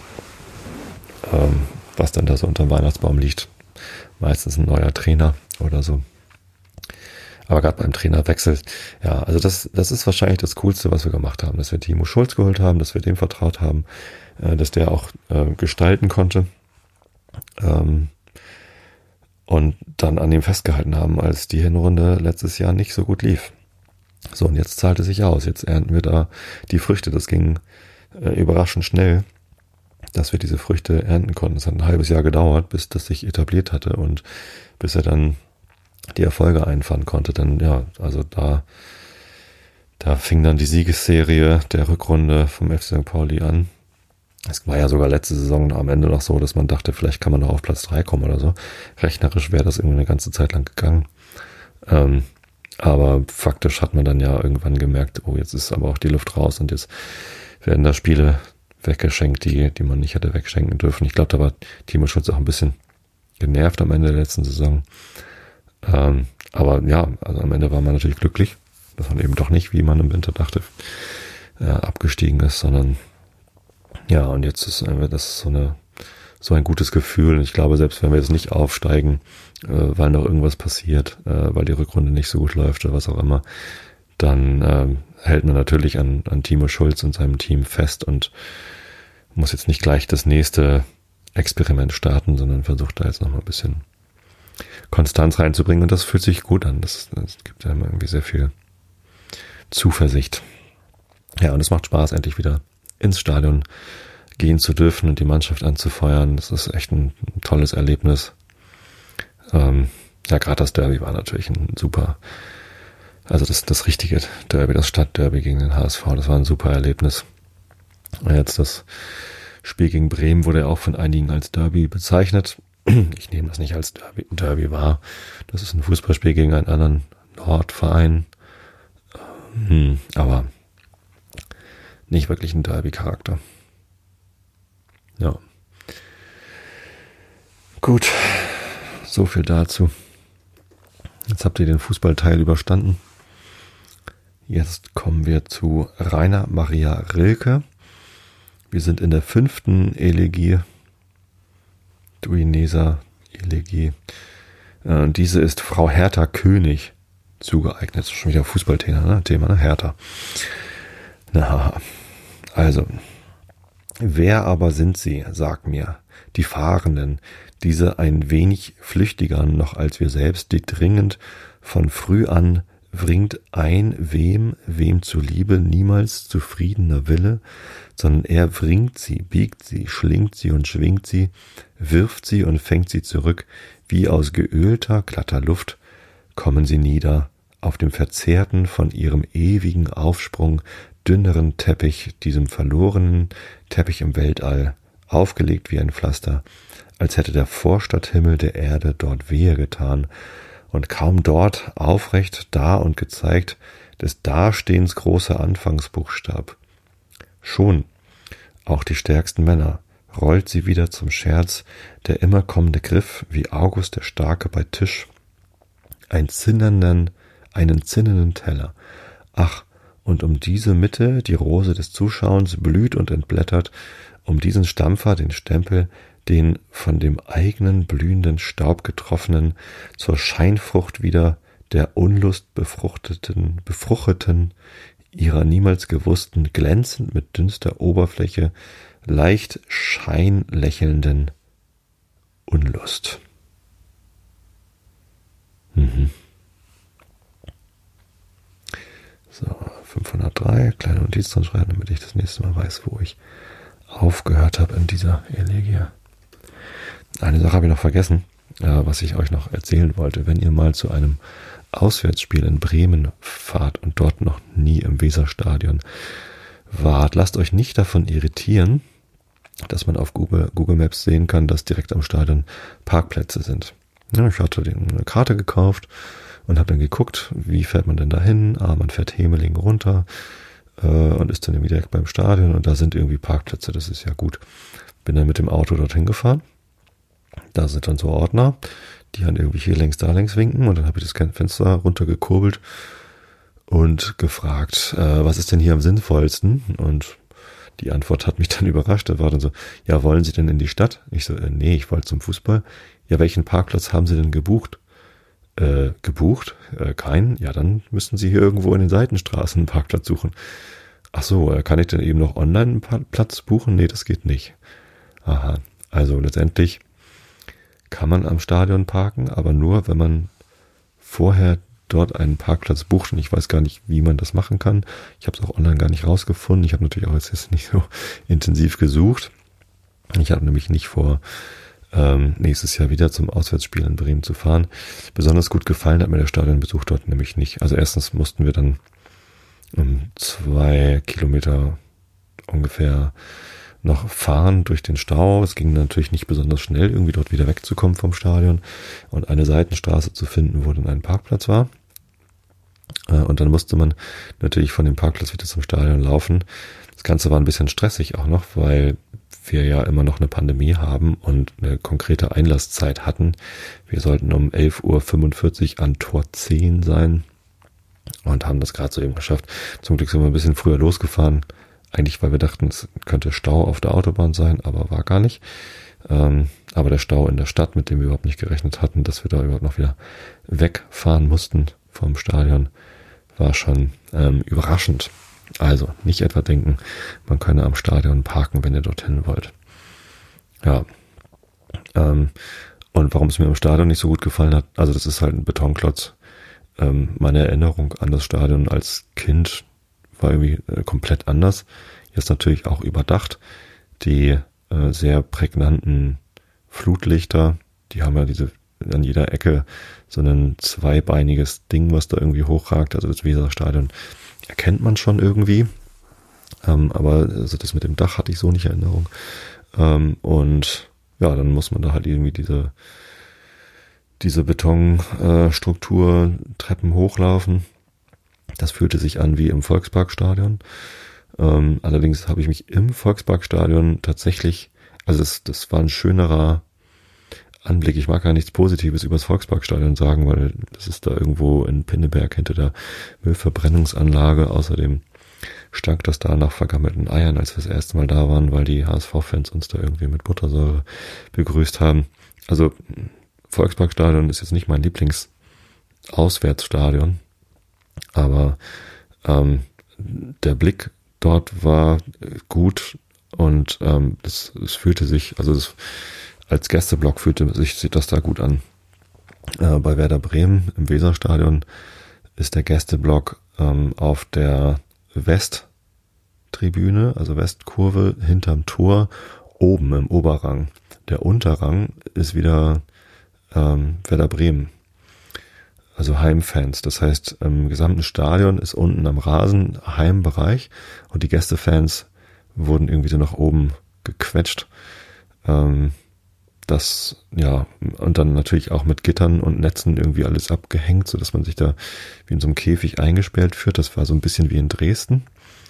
Speaker 1: ähm, was dann da so unter dem Weihnachtsbaum liegt. Meistens ein neuer Trainer oder so. Aber gerade beim Trainerwechsel, ja, also das, das ist wahrscheinlich das Coolste, was wir gemacht haben, dass wir Timo Schulz geholt haben, dass wir dem vertraut haben, äh, dass der auch äh, gestalten konnte ähm, und dann an ihm festgehalten haben, als die Hinrunde letztes Jahr nicht so gut lief. So, und jetzt zahlt es sich aus. Jetzt ernten wir da die Früchte. Das ging äh, überraschend schnell, dass wir diese Früchte ernten konnten. Es hat ein halbes Jahr gedauert, bis das sich etabliert hatte und bis er dann die Erfolge einfahren konnte. Denn ja, also da, da fing dann die Siegesserie der Rückrunde vom F C Sankt Pauli an. Es war ja sogar letzte Saison am Ende noch so, dass man dachte, vielleicht kann man noch auf Platz drei kommen oder so. Rechnerisch wäre das irgendwie eine ganze Zeit lang gegangen. Ähm, aber faktisch hat man dann ja irgendwann gemerkt, oh, jetzt ist aber auch die Luft raus und jetzt werden da Spiele weggeschenkt, die, die man nicht hätte wegschenken dürfen. Ich glaube, da war Timo Schulz auch ein bisschen genervt am Ende der letzten Saison. Ähm, aber ja, also am Ende war man natürlich glücklich, dass man eben doch nicht, wie man im Winter dachte, äh, abgestiegen ist, sondern ja, und jetzt ist äh, das so eine so ein gutes Gefühl. Und ich glaube, selbst wenn wir jetzt nicht aufsteigen, äh, weil noch irgendwas passiert, äh, weil die Rückrunde nicht so gut läuft oder was auch immer, dann äh, hält man natürlich an, an Timo Schulz und seinem Team fest und muss jetzt nicht gleich das nächste Experiment starten, sondern versucht da jetzt noch mal ein bisschen Konstanz reinzubringen. Und das fühlt sich gut an. Das, das gibt einem irgendwie sehr viel Zuversicht. Ja, und es macht Spaß, endlich wieder ins Stadion gehen zu dürfen und die Mannschaft anzufeuern. Das ist echt ein, ein tolles Erlebnis. Ähm, ja, gerade das Derby war natürlich ein super, also das, das richtige Derby, das Stadtderby gegen den H S V, das war ein super Erlebnis. Und jetzt das Spiel gegen Bremen wurde ja auch von einigen als Derby bezeichnet. Ich nehme das nicht als Derby, Derby wahr. Das ist ein Fußballspiel gegen einen anderen Nordverein. Hm, aber nicht wirklich ein Derby-Charakter. Ja. Gut, so viel dazu. Jetzt habt ihr den Fußballteil überstanden. Jetzt kommen wir zu Rainer Maria Rilke. Wir sind in der fünften Elegie, Duineser Elegie. Äh, diese ist Frau Hertha König zugeeignet. Das ist schon wieder Fußballthema, ne? Thema, ne? Hertha. Na, also, wer aber sind sie, sag mir, die Fahrenden, diese ein wenig flüchtiger noch als wir selbst, die dringend von früh an bringt ein wem, wem zuliebe niemals zufriedener Wille, sondern er bringt sie, biegt sie, schlingt sie und schwingt sie, wirft sie und fängt sie zurück, wie aus geölter, glatter Luft kommen sie nieder, auf dem verzehrten, von ihrem ewigen Aufsprung dünneren Teppich, diesem verlorenen Teppich im Weltall, aufgelegt wie ein Pflaster, als hätte der Vorstadthimmel der Erde dort wehe getan, und kaum dort aufrecht da und gezeigt des Dastehens großer Anfangsbuchstab. Schon, auch die stärksten Männer, rollt sie wieder zum Scherz, der immer kommende Griff, wie August der Starke bei Tisch, ein zinnernden, einen zinnenden Teller. Ach, und um diese Mitte die Rose des Zuschauens blüht und entblättert, um diesen Stampfer, den Stempel, den von dem eigenen blühenden Staub getroffenen, zur Scheinfrucht wieder der Unlust befruchteten, befruchteten, ihrer niemals gewussten, glänzend mit dünster Oberfläche, leicht scheinlächelnden Unlust. Mhm. So, fünfhundertdrei, kleine Notiz dran schreiben, damit ich das nächste Mal weiß, wo ich aufgehört habe in dieser Elegie. Eine Sache habe ich noch vergessen, äh, was ich euch noch erzählen wollte. Wenn ihr mal zu einem Auswärtsspiel in Bremen fahrt und dort noch nie im Weserstadion wart, lasst euch nicht davon irritieren, dass man auf Google, Google Maps sehen kann, dass direkt am Stadion Parkplätze sind. Ja, ich hatte eine Karte gekauft und habe dann geguckt, wie fährt man denn da hin? Ah, man fährt Hemeling runter äh, und ist dann irgendwie direkt beim Stadion und da sind irgendwie Parkplätze, das ist ja gut. Bin dann mit dem Auto dorthin gefahren. Da sind dann so Ordner, die dann irgendwie hier längs, da längs winken und dann habe ich das Fenster runtergekurbelt und gefragt, äh, was ist denn hier am sinnvollsten? Und die Antwort hat mich dann überrascht. Da war dann so, ja, wollen Sie denn in die Stadt? Ich so, äh, nee, ich wollte zum Fußball. Ja, welchen Parkplatz haben Sie denn gebucht? Äh, gebucht? Äh, keinen? Ja, dann müssen Sie hier irgendwo in den Seitenstraßen einen Parkplatz suchen. Ach so, äh, kann ich denn eben noch online einen Parkplatz buchen? Nee, das geht nicht. Aha, also letztendlich kann man am Stadion parken, aber nur, wenn man vorher dort einen Parkplatz bucht und ich weiß gar nicht, wie man das machen kann. Ich habe es auch online gar nicht rausgefunden. Ich habe natürlich auch jetzt nicht so intensiv gesucht. Ich habe nämlich nicht vor, ähm, nächstes Jahr wieder zum Auswärtsspiel in Bremen zu fahren. Besonders gut gefallen hat mir der Stadionbesuch dort nämlich nicht. Also erstens mussten wir dann um zwei Kilometer ungefähr noch fahren durch den Stau. Es ging natürlich nicht besonders schnell, irgendwie dort wieder wegzukommen vom Stadion und eine Seitenstraße zu finden, wo dann ein Parkplatz war. Und dann musste man natürlich von dem Parkplatz wieder zum Stadion laufen. Das Ganze war ein bisschen stressig auch noch, weil wir ja immer noch eine Pandemie haben und eine konkrete Einlasszeit hatten. Wir sollten um elf Uhr fünfundvierzig an Tor zehn sein und haben das gerade so eben geschafft. Zum Glück sind wir ein bisschen früher losgefahren. Eigentlich, weil wir dachten, es könnte Stau auf der Autobahn sein, aber war gar nicht. Ähm, aber der Stau in der Stadt, mit dem wir überhaupt nicht gerechnet hatten, dass wir da überhaupt noch wieder wegfahren mussten vom Stadion, war schon ähm, überraschend. Also nicht etwa denken, man könne am Stadion parken, wenn ihr dorthin wollt. Ja. Ähm, und warum es mir im Stadion nicht so gut gefallen hat, also das ist halt ein Betonklotz. Ähm, meine Erinnerung an das Stadion als Kind war irgendwie äh, komplett anders. Jetzt natürlich auch überdacht. Die äh, sehr prägnanten Flutlichter, die haben ja diese an jeder Ecke so ein zweibeiniges Ding, was da irgendwie hochragt. Also das Weserstadion erkennt man schon irgendwie. Ähm, aber also das mit dem Dach hatte ich so nicht in Erinnerung. Ähm, und ja, dann muss man da halt irgendwie diese diese Betonstruktur äh, Treppen hochlaufen. Das fühlte sich an wie im Volksparkstadion. Ähm, allerdings habe ich mich im Volksparkstadion tatsächlich, also das, das war ein schönerer Anblick. Ich mag gar nichts Positives über das Volksparkstadion sagen, weil das ist da irgendwo in Pinneberg hinter der Müllverbrennungsanlage. Außerdem stank das da nach vergammelten Eiern, als wir das erste Mal da waren, weil die H S V-Fans uns da irgendwie mit Buttersäure begrüßt haben. Also Volksparkstadion ist jetzt nicht mein Lieblingsauswärtsstadion, aber ähm, der Blick dort war gut und ähm, es, es fühlte sich, also es, als Gästeblock fühlte sich sieht das da gut an. Äh, bei Werder Bremen im Weserstadion ist der Gästeblock ähm, auf der Westtribüne, also Westkurve hinterm Tor, oben im Oberrang. Der Unterrang ist wieder ähm, Werder Bremen. Also Heimfans. Das heißt, im gesamten Stadion ist unten am Rasen Heimbereich und die Gästefans wurden irgendwie so nach oben gequetscht. Ähm, das, ja, und dann natürlich auch mit Gittern und Netzen irgendwie alles abgehängt, so dass man sich da wie in so einem Käfig eingesperrt fühlt. Das war so ein bisschen wie in Dresden.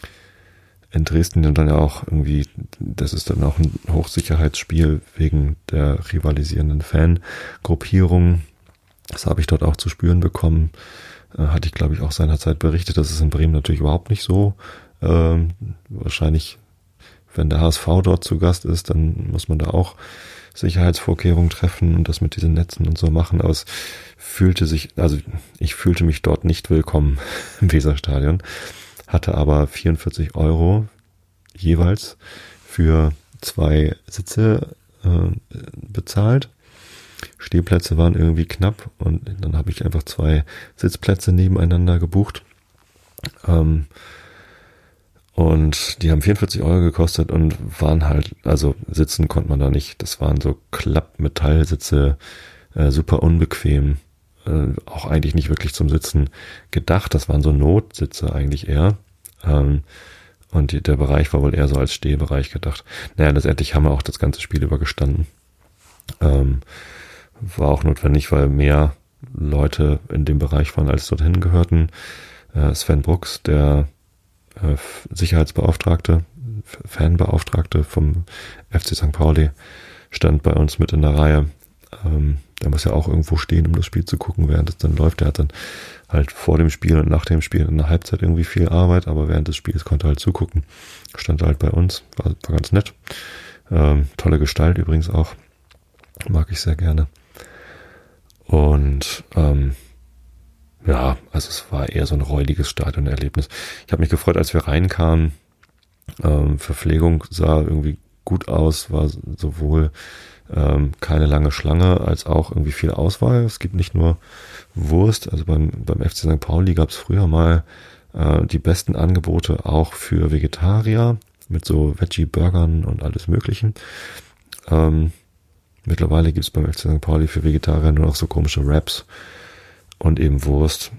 Speaker 1: In Dresden dann ja auch irgendwie, das ist dann auch ein Hochsicherheitsspiel wegen der rivalisierenden Fangruppierung. Das habe ich dort auch zu spüren bekommen. Äh, hatte ich, glaube ich, auch seinerzeit berichtet. Das ist in Bremen natürlich überhaupt nicht so. Ähm, wahrscheinlich, wenn der H S V dort zu Gast ist, dann muss man da auch Sicherheitsvorkehrungen treffen und das mit diesen Netzen und so machen. Aber es fühlte sich, also ich fühlte mich dort nicht willkommen im Weserstadion. Hatte aber vierundvierzig Euro jeweils für zwei Sitze äh, bezahlt. Stehplätze waren irgendwie knapp und dann habe ich einfach zwei Sitzplätze nebeneinander gebucht. Ähm, Und die haben vierundvierzig Euro gekostet und waren halt, also sitzen konnte man da nicht. Das waren so Klappmetallsitze, äh, super unbequem, äh, auch eigentlich nicht wirklich zum Sitzen gedacht. Das waren so Notsitze eigentlich eher. Ähm, und die, der Bereich war wohl eher so als Stehbereich gedacht. Naja, letztendlich haben wir auch das ganze Spiel über gestanden. Ähm, war auch notwendig, weil mehr Leute in dem Bereich waren, als dorthin gehörten. Äh, Sven Brooks, der äh, Sicherheitsbeauftragte, Fanbeauftragte vom F C Sankt Pauli, stand bei uns mit in der Reihe. Ähm, der muss ja auch irgendwo stehen, um das Spiel zu gucken, während es dann läuft. Der hat dann halt vor dem Spiel und nach dem Spiel in der Halbzeit irgendwie viel Arbeit, aber während des Spiels konnte er halt zugucken. Stand halt bei uns, war, war ganz nett. Ähm, tolle Gestalt übrigens auch. Mag ich sehr gerne. Und ähm, ja, also es war eher so ein räudiges Stadionerlebnis. Ich habe mich gefreut, als wir reinkamen. Ähm, Verpflegung sah irgendwie gut aus, war sowohl ähm, keine lange Schlange als auch irgendwie viel Auswahl. Es gibt nicht nur Wurst, also beim, beim F C Sankt Pauli gab es früher mal äh, die besten Angebote auch für Vegetarier mit so Veggie-Burgern und alles Möglichen. Ähm, mittlerweile gibt es beim F C Sankt Pauli für Vegetarier nur noch so komische Wraps und eben Wurst.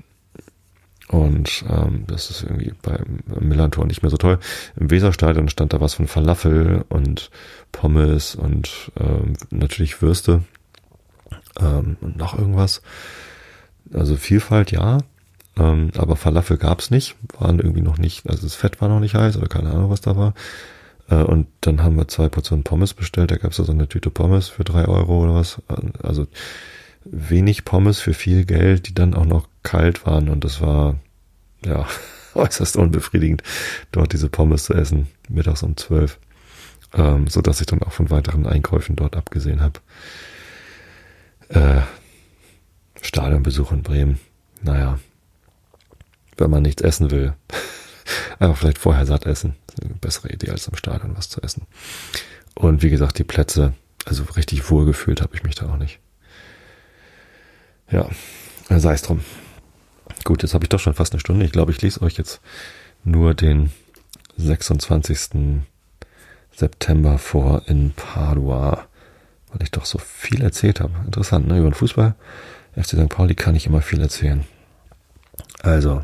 Speaker 1: Und ähm, das ist irgendwie beim Millerntor nicht mehr so toll. Im Weserstadion stand da was von Falafel und Pommes und ähm, natürlich Würste ähm, und noch irgendwas. Also Vielfalt, ja, ähm, aber Falafel gab's nicht, waren irgendwie noch nicht, also das Fett war noch nicht heiß oder keine Ahnung, was da war. Äh, und dann haben wir zwei Portionen Pommes bestellt, da gab's da so eine Tüte Pommes für drei Euro oder was. Also wenig Pommes für viel Geld, die dann auch noch kalt waren und das war, ja, äußerst unbefriedigend, dort diese Pommes zu essen, mittags um zwölf, ähm, so dass ich dann auch von weiteren Einkäufen dort abgesehen habe. Äh, Stadionbesuch in Bremen, naja, wenn man nichts essen will, aber vielleicht vorher satt essen, eine bessere Idee als im Stadion was zu essen. Und wie gesagt, die Plätze, also richtig wohlgefühlt habe ich mich da auch nicht. Ja, sei es drum. Gut, jetzt habe ich doch schon fast eine Stunde. Ich glaube, ich lese euch jetzt nur den sechsundzwanzigsten September vor in Padua, weil ich doch so viel erzählt habe. Interessant, ne? Über den Fußball. F C Sankt Pauli kann ich immer viel erzählen. Also,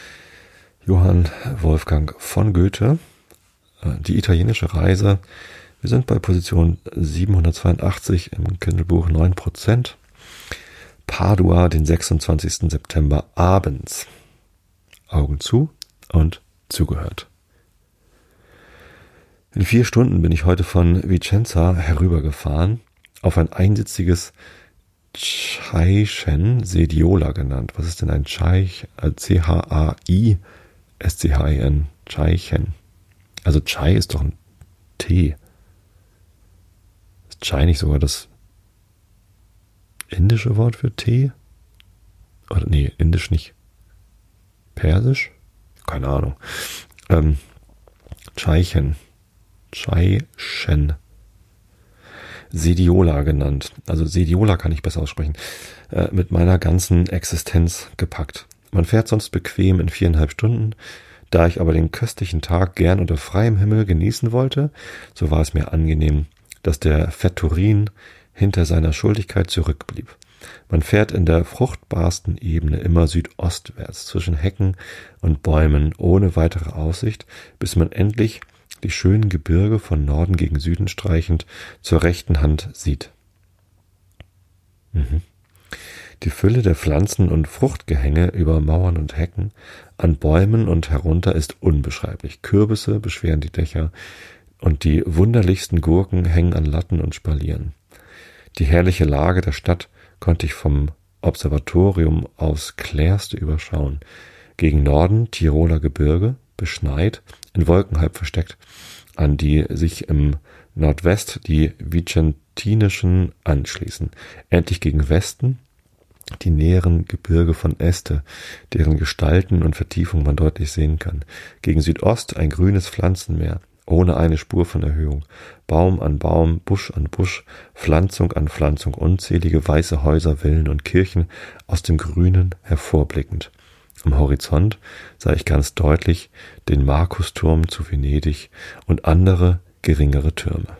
Speaker 1: Johann Wolfgang von Goethe, die italienische Reise. Wir sind bei Position siebenhundertzweiundachtzig im Kindle-Buch, neun Prozent. Padua, den sechsundzwanzigsten September abends. Augen zu und zugehört. In vier Stunden bin ich heute von Vicenza herübergefahren auf ein einsitziges Chai-Shen, Sediola genannt. Was ist denn ein Chai? C H A I S C H E N. Chai-Shen. Also Chai ist doch ein Tee. Ist Chai nicht sogar das indische Wort für Tee? Oder nee, indisch nicht. Persisch? Keine Ahnung. Ähm, Chai-Shen. Chai-Shen. Sediola genannt. Also Sediola kann ich besser aussprechen. Äh, mit meiner ganzen Existenz gepackt. Man fährt sonst bequem in viereinhalb Stunden. Da ich aber den köstlichen Tag gern unter freiem Himmel genießen wollte, so war es mir angenehm, dass der Vetturin hinter seiner Schuldigkeit zurückblieb. Man fährt in der fruchtbarsten Ebene immer südostwärts zwischen Hecken und Bäumen ohne weitere Aussicht, bis man endlich die schönen Gebirge von Norden gegen Süden streichend zur rechten Hand sieht. Mhm. Die Fülle der Pflanzen- und Fruchtgehänge über Mauern und Hecken, an Bäumen und herunter ist unbeschreiblich. Kürbisse beschweren die Dächer und die wunderlichsten Gurken hängen an Latten und Spalieren. Die herrliche Lage der Stadt konnte ich vom Observatorium aus klärste überschauen. Gegen Norden Tiroler Gebirge, beschneit, in Wolken halb versteckt, an die sich im Nordwest die Vicentinischen anschließen. Endlich gegen Westen die näheren Gebirge von Este, deren Gestalten und Vertiefung man deutlich sehen kann. Gegen Südost ein grünes Pflanzenmeer, ohne eine Spur von Erhöhung. Baum an Baum, Busch an Busch, Pflanzung an Pflanzung, unzählige weiße Häuser, Villen und Kirchen aus dem Grünen hervorblickend. Am Horizont sah ich ganz deutlich den Markusturm zu Venedig und andere geringere Türme.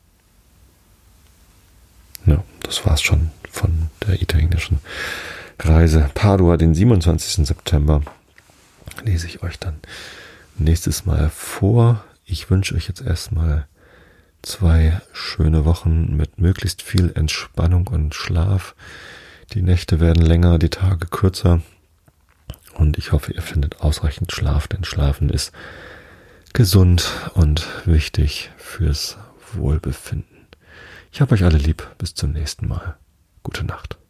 Speaker 1: Ja, das war's schon von der italienischen Reise. Padua, den siebenundzwanzigsten September, lese ich euch dann nächstes Mal vor. Ich wünsche euch jetzt erstmal zwei schöne Wochen mit möglichst viel Entspannung und Schlaf. Die Nächte werden länger, die Tage kürzer. Und ich hoffe, ihr findet ausreichend Schlaf, denn Schlafen ist gesund und wichtig fürs Wohlbefinden. Ich habe euch alle lieb. Bis zum nächsten Mal. Gute Nacht.